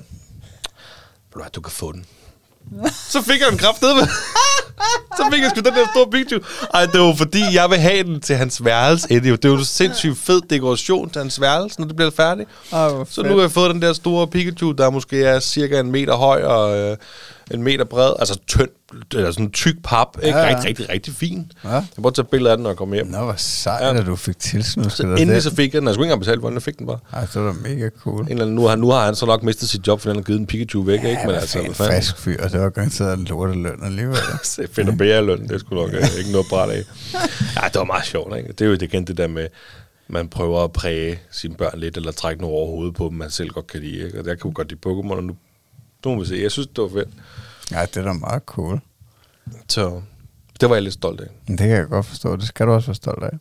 Du kan få den. Så fik jeg en kraftedeme. Så fik jeg sgu den der store Pikachu. Ej, det var fordi, jeg vil have den til hans værelse. Det er jo, det er jo en sindssygt fed dekoration til hans værelse, når det bliver færdigt. Oh, så nu har jeg fået den der store Pikachu, der måske er cirka en meter høj og øh, en meter bred. Altså tynd, eller sådan en tyk pap. Ikke? Ja, ja. Rigtig, rigtig, rigtig fin. Ja. Jeg må tage billeder af den, når jeg kommer hjem. Nå, hvor sejt, ja. At du fik tilsnusket så endelig den. Så fik jeg den. Jeg skulle ikke engang betale for den, jeg fik den bare. Ej, så var det mega cool. En eller anden, nu, har, nu har han så nok mistet sit job, for han har givet en Pikachu væk. Ja, ikke? Men altså, en frisk fyr, og det var garanteret en lorteløn alligevel. Det finder bæreløn, det skulle nok ikke noget bræt af. Ja, det var meget sjovt, ikke? Det er jo igen det der med, man prøver at præge sine børn lidt, eller trække noget over hovedet på dem, man selv godt kan lide, ikke? Og der kan jo godt lide Pokémon, og nu, nu må vi se. Jeg synes, det var fedt. Ja, det er da meget cool. Så det var jeg lidt stolt af. Det kan jeg godt forstå. Det skal du også være stolt af.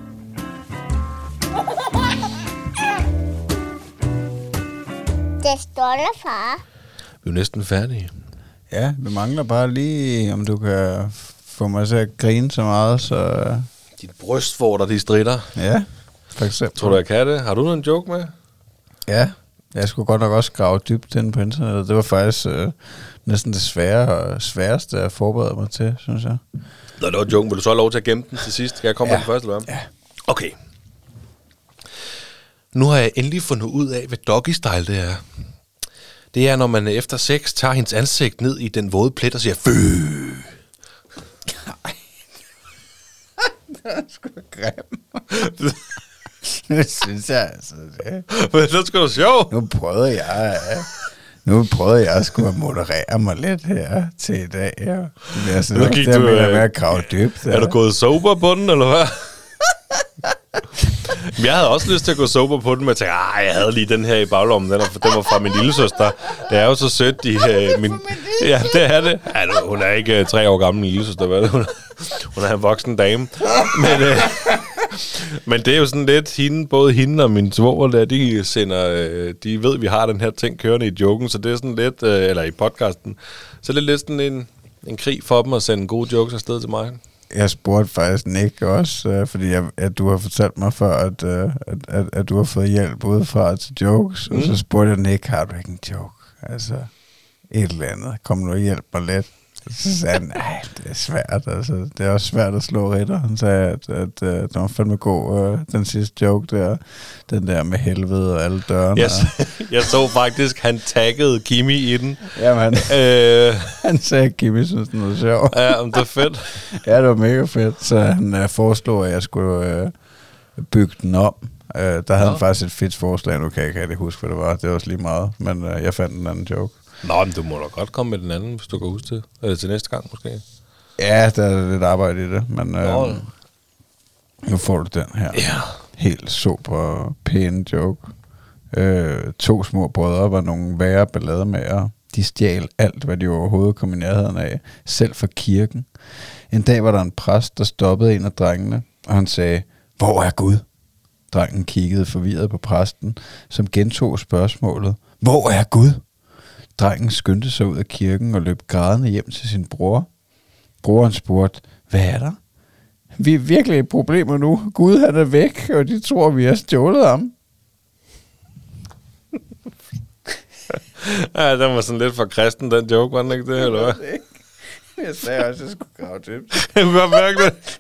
Det stolte far. Vi er jo næsten færdige. Ja, vi mangler bare lige, om du kan få mig til at grine så meget, så... Dit brystvorter, de stritter. Ja, for eksempel. Tror du, jeg kan det? Har du en joke med? Ja, jeg skulle godt nok også grave dybt ind på internettet. Det var faktisk øh, næsten det svære og sværeste at forberede mig til, synes jeg. Nå, det var joken. Vil du så have lov til at gemme den til sidst? Skal jeg komme ja. På den første, eller hvad? Ja. Okay. Nu har jeg endelig fundet ud af, hvad doggy-style det er. Det er, når man efter sex tager hendes ansigt ned i den våde plet og siger, fø. Nej. Det er sgu da grim. Nu synes jeg altså det. Men det er sgu da sjovt. Nu prøvede jeg... Nu prøvede jeg at skulle moderere mig lidt her til i dag. Ja. Jeg synes, gik det du, er med at grave dybt. Er ja. Du gået sober på den, eller hvad? Jeg havde også lyst til at gå sober på den, men jeg tænkte, ah, jeg havde lige den her i baglommen. Den, er, den var fra min lillesøster. Det er jo så sødt. De, uh, min, ja, det er det. Altså, hun er ikke uh, tre år gammel, min lillesøster. Hvad? Hun, hun er en voksen dame. Men, uh, men det er jo sådan lidt, hende, både hende og min svoger der, de sender, uh, de ved, at vi har den her ting kørende i joken, så det er sådan lidt, uh, eller i podcasten, så det er lidt sådan en, en krig for dem at sende gode jokes afsted til mig. Jeg spurgte faktisk Nick også, øh, fordi jeg, at du har fortalt mig før, at, øh, at, at, at du har fået hjælp udefra til jokes. Mm. Og så spurgte jeg Nick, har du ikke en joke? Altså, et eller andet. Kom nu og hjælp mig lidt. Så sagde han, nej, det er svært. Altså, det er også svært at slå ritter. Han sagde, at, at, at det var fandme god, øh, den sidste joke der. Den der med helvede og alle dørene. Yes. Jeg så faktisk, han taggede Kimi i den. Jamen, øh. han sagde, at Kimi synes, den var sjov. Ja, men det er fedt. Ja, det var mega fedt. Så han øh, foreslog, at jeg skulle øh, bygge den om. Øh, der havde ja. Han faktisk et fedt forslag. Nu kan jeg ikke rigtig huske, hvad det var. Det var også lige meget. Men øh, jeg fandt en anden joke. Nå, men du må da godt komme med den anden, hvis du kan huske det. Eller til næste gang, måske. Ja, der er lidt arbejde i det, men øh, nu får du den her. Ja. Helt super pæne joke. Øh, to små brødre var nogle værre ballademager. De stjal alt, hvad de overhovedet kom i nærheden af, selv fra kirken. En dag var der en præst, der stoppede en af drengene, og han sagde, hvor er Gud? Drengen kiggede forvirret på præsten, som gentog spørgsmålet, hvor er Gud? Drengen skyndte sig ud af kirken og løb grædende hjem til sin bror. Broren spurgte, hvad er der? Vi er virkelig i problemer nu. Gud han er væk, og de tror, vi har stjålet ham. Ja, den var sådan lidt for kristen, den joke, var den ikke det, eller hvad? Jeg sagde også, at jeg skulle grave til. Jeg kunne godt mærke det.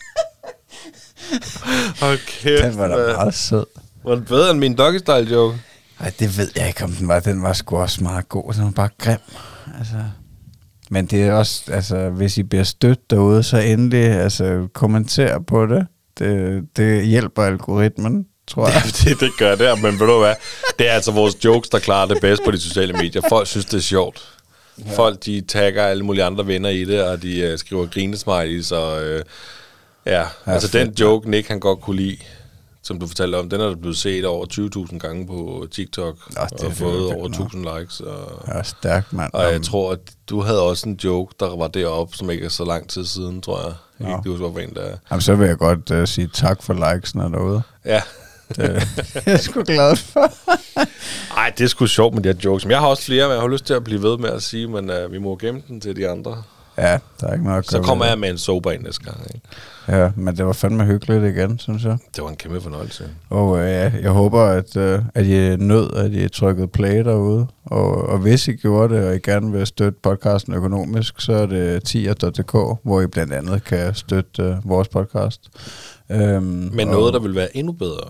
Hold kæft. Den var da meget sød. Var den bedre end min Doggy Style joke? Ej, det ved jeg ikke, om den var. Den var sgu også meget god. Den var bare grim. Altså. Men det er også, altså, hvis I bliver stødt derude, så endelig altså, kommenter på det. Det, det hjælper algoritmen, tror jeg. Det, det, det gør det, men ved du hvad? Det er altså vores jokes, der klarer det bedst på de sociale medier. Folk synes, det er sjovt. Ja. Folk, de tagger alle mulige andre venner i det, og de uh, skriver grinesmileys, og uh, ja, ja, altså fedt, den joke, Nick han godt kunne lide, som du fortalte om, den er der blevet set over tyve tusind gange på TikTok, Nå, og har fået over tusind likes. Og, ja, stærkt, mand. Og jeg tror, at du havde også en joke, der var deroppe, som ikke er så lang tid siden, tror jeg. Jeg kan ikke huske, hvorfor en der er. Jamen, så vil jeg godt uh, sige tak for likesene derude. Ja. Det jeg er sgu glad for. Ej, det er sgu sjovt med de her jokes. Men jeg har også flere, men jeg har lyst til at blive ved med at sige, men uh, vi må gemme den til de andre. Ja, der er ikke noget at Så kommer jeg med en sober ind næste gang, ikke? Ja, men det var fandme hyggeligt igen, synes jeg. Det var en kæmpe fornøjelse. Og øh, ja, jeg håber, at, øh, at I nød, at I trykkede play derude. Og, og hvis I gjorde det, og I gerne vil støtte podcasten økonomisk, så er det tier punktum d k, hvor I blandt andet kan støtte øh, vores podcast. Øhm, men noget, der vil være endnu bedre,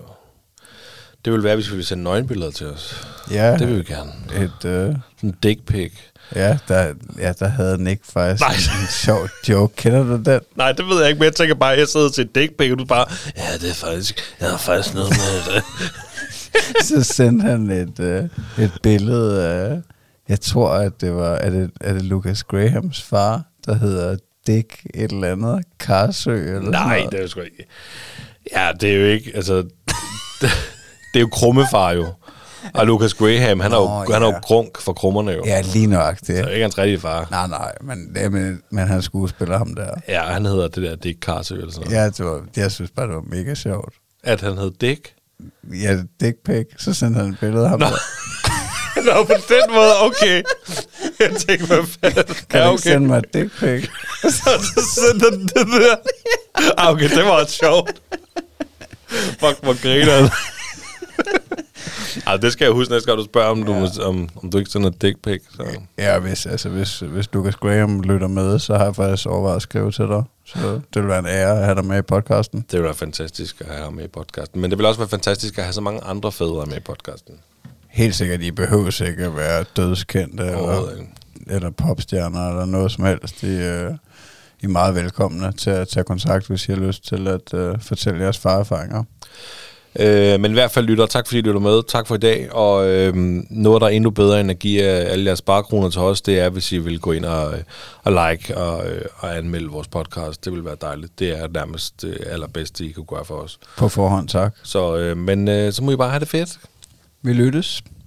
det vil være, hvis vi ville sende nøgenbilleder til os. Ja. Det vil vi gerne. Et, øh, en dick pic. Ja, der, ja, der havde Nick faktisk Nej. en sjov joke. Kender du den? Nej, det ved jeg ikke, men jeg tænker bare, at jeg sidder til et dick pic, og du bare, ja, det er faktisk, jeg har faktisk noget med det. Så sendte han et, øh, et billede af, jeg tror, at det var, er det, er det Lucas Grahams far, der hedder Dick et eller andet, Karsø eller Nej, sådan det er jo sgu ikke. Ja, det er jo ikke, altså, det, det er jo krummefar jo. Og Lucas Graham, han er jo, oh, ja. han er jo grunk for krummerne jo. Ja, lige nok det. Så er ikke hans rigtige far. Nej, nej, men, det, men, men han skuespiller ham der. Ja, han hedder det der Dick Karsø eller sådan noget. Ja, det var, jeg synes bare, det var mega sjovt. At han hed Dick? Ja, Dick pic, så sendte han et billede af ham Nå. der. Nå, på den måde, okay. Jeg tænkte, hvad fanden. Kan ja, du okay. ikke sende mig et dick pic? Så sendte han det der. Ah, okay, det var også sjovt. Fuck, hvor griner. Ej, det skal jeg huske næste gang, du spørger, om, ja. du, om, om du ikke sender et dick pic. Så. Ja, hvis, altså, hvis, hvis Lucas Graham lytter med, så har jeg faktisk overvejet at skrive til dig. Så det vil være en ære at have dig med i podcasten. Det vil være fantastisk at have ham med i podcasten. Men det vil også være fantastisk at have så mange andre fædre med i podcasten. Helt sikkert, I behøver ikke at være dødskendte eller, eller popstjerner eller noget som helst. I, øh, I er meget velkomne til at tage kontakt, hvis I har lyst til at øh, fortælle jeres farerfaringer. Øh, men i hvert fald lytter, tak fordi I lytter med. Tak for i dag. Og øh, noget, der er endnu bedre end at give alle jeres sparekroner til os, det er, hvis I vil gå ind og, og like og, og anmelde vores podcast. Det vil være dejligt. Det er nærmest det allerbedste, I kan gøre for os. På forhånd, tak. Så, øh, men øh, så må I bare have det fedt. Vi lyttes.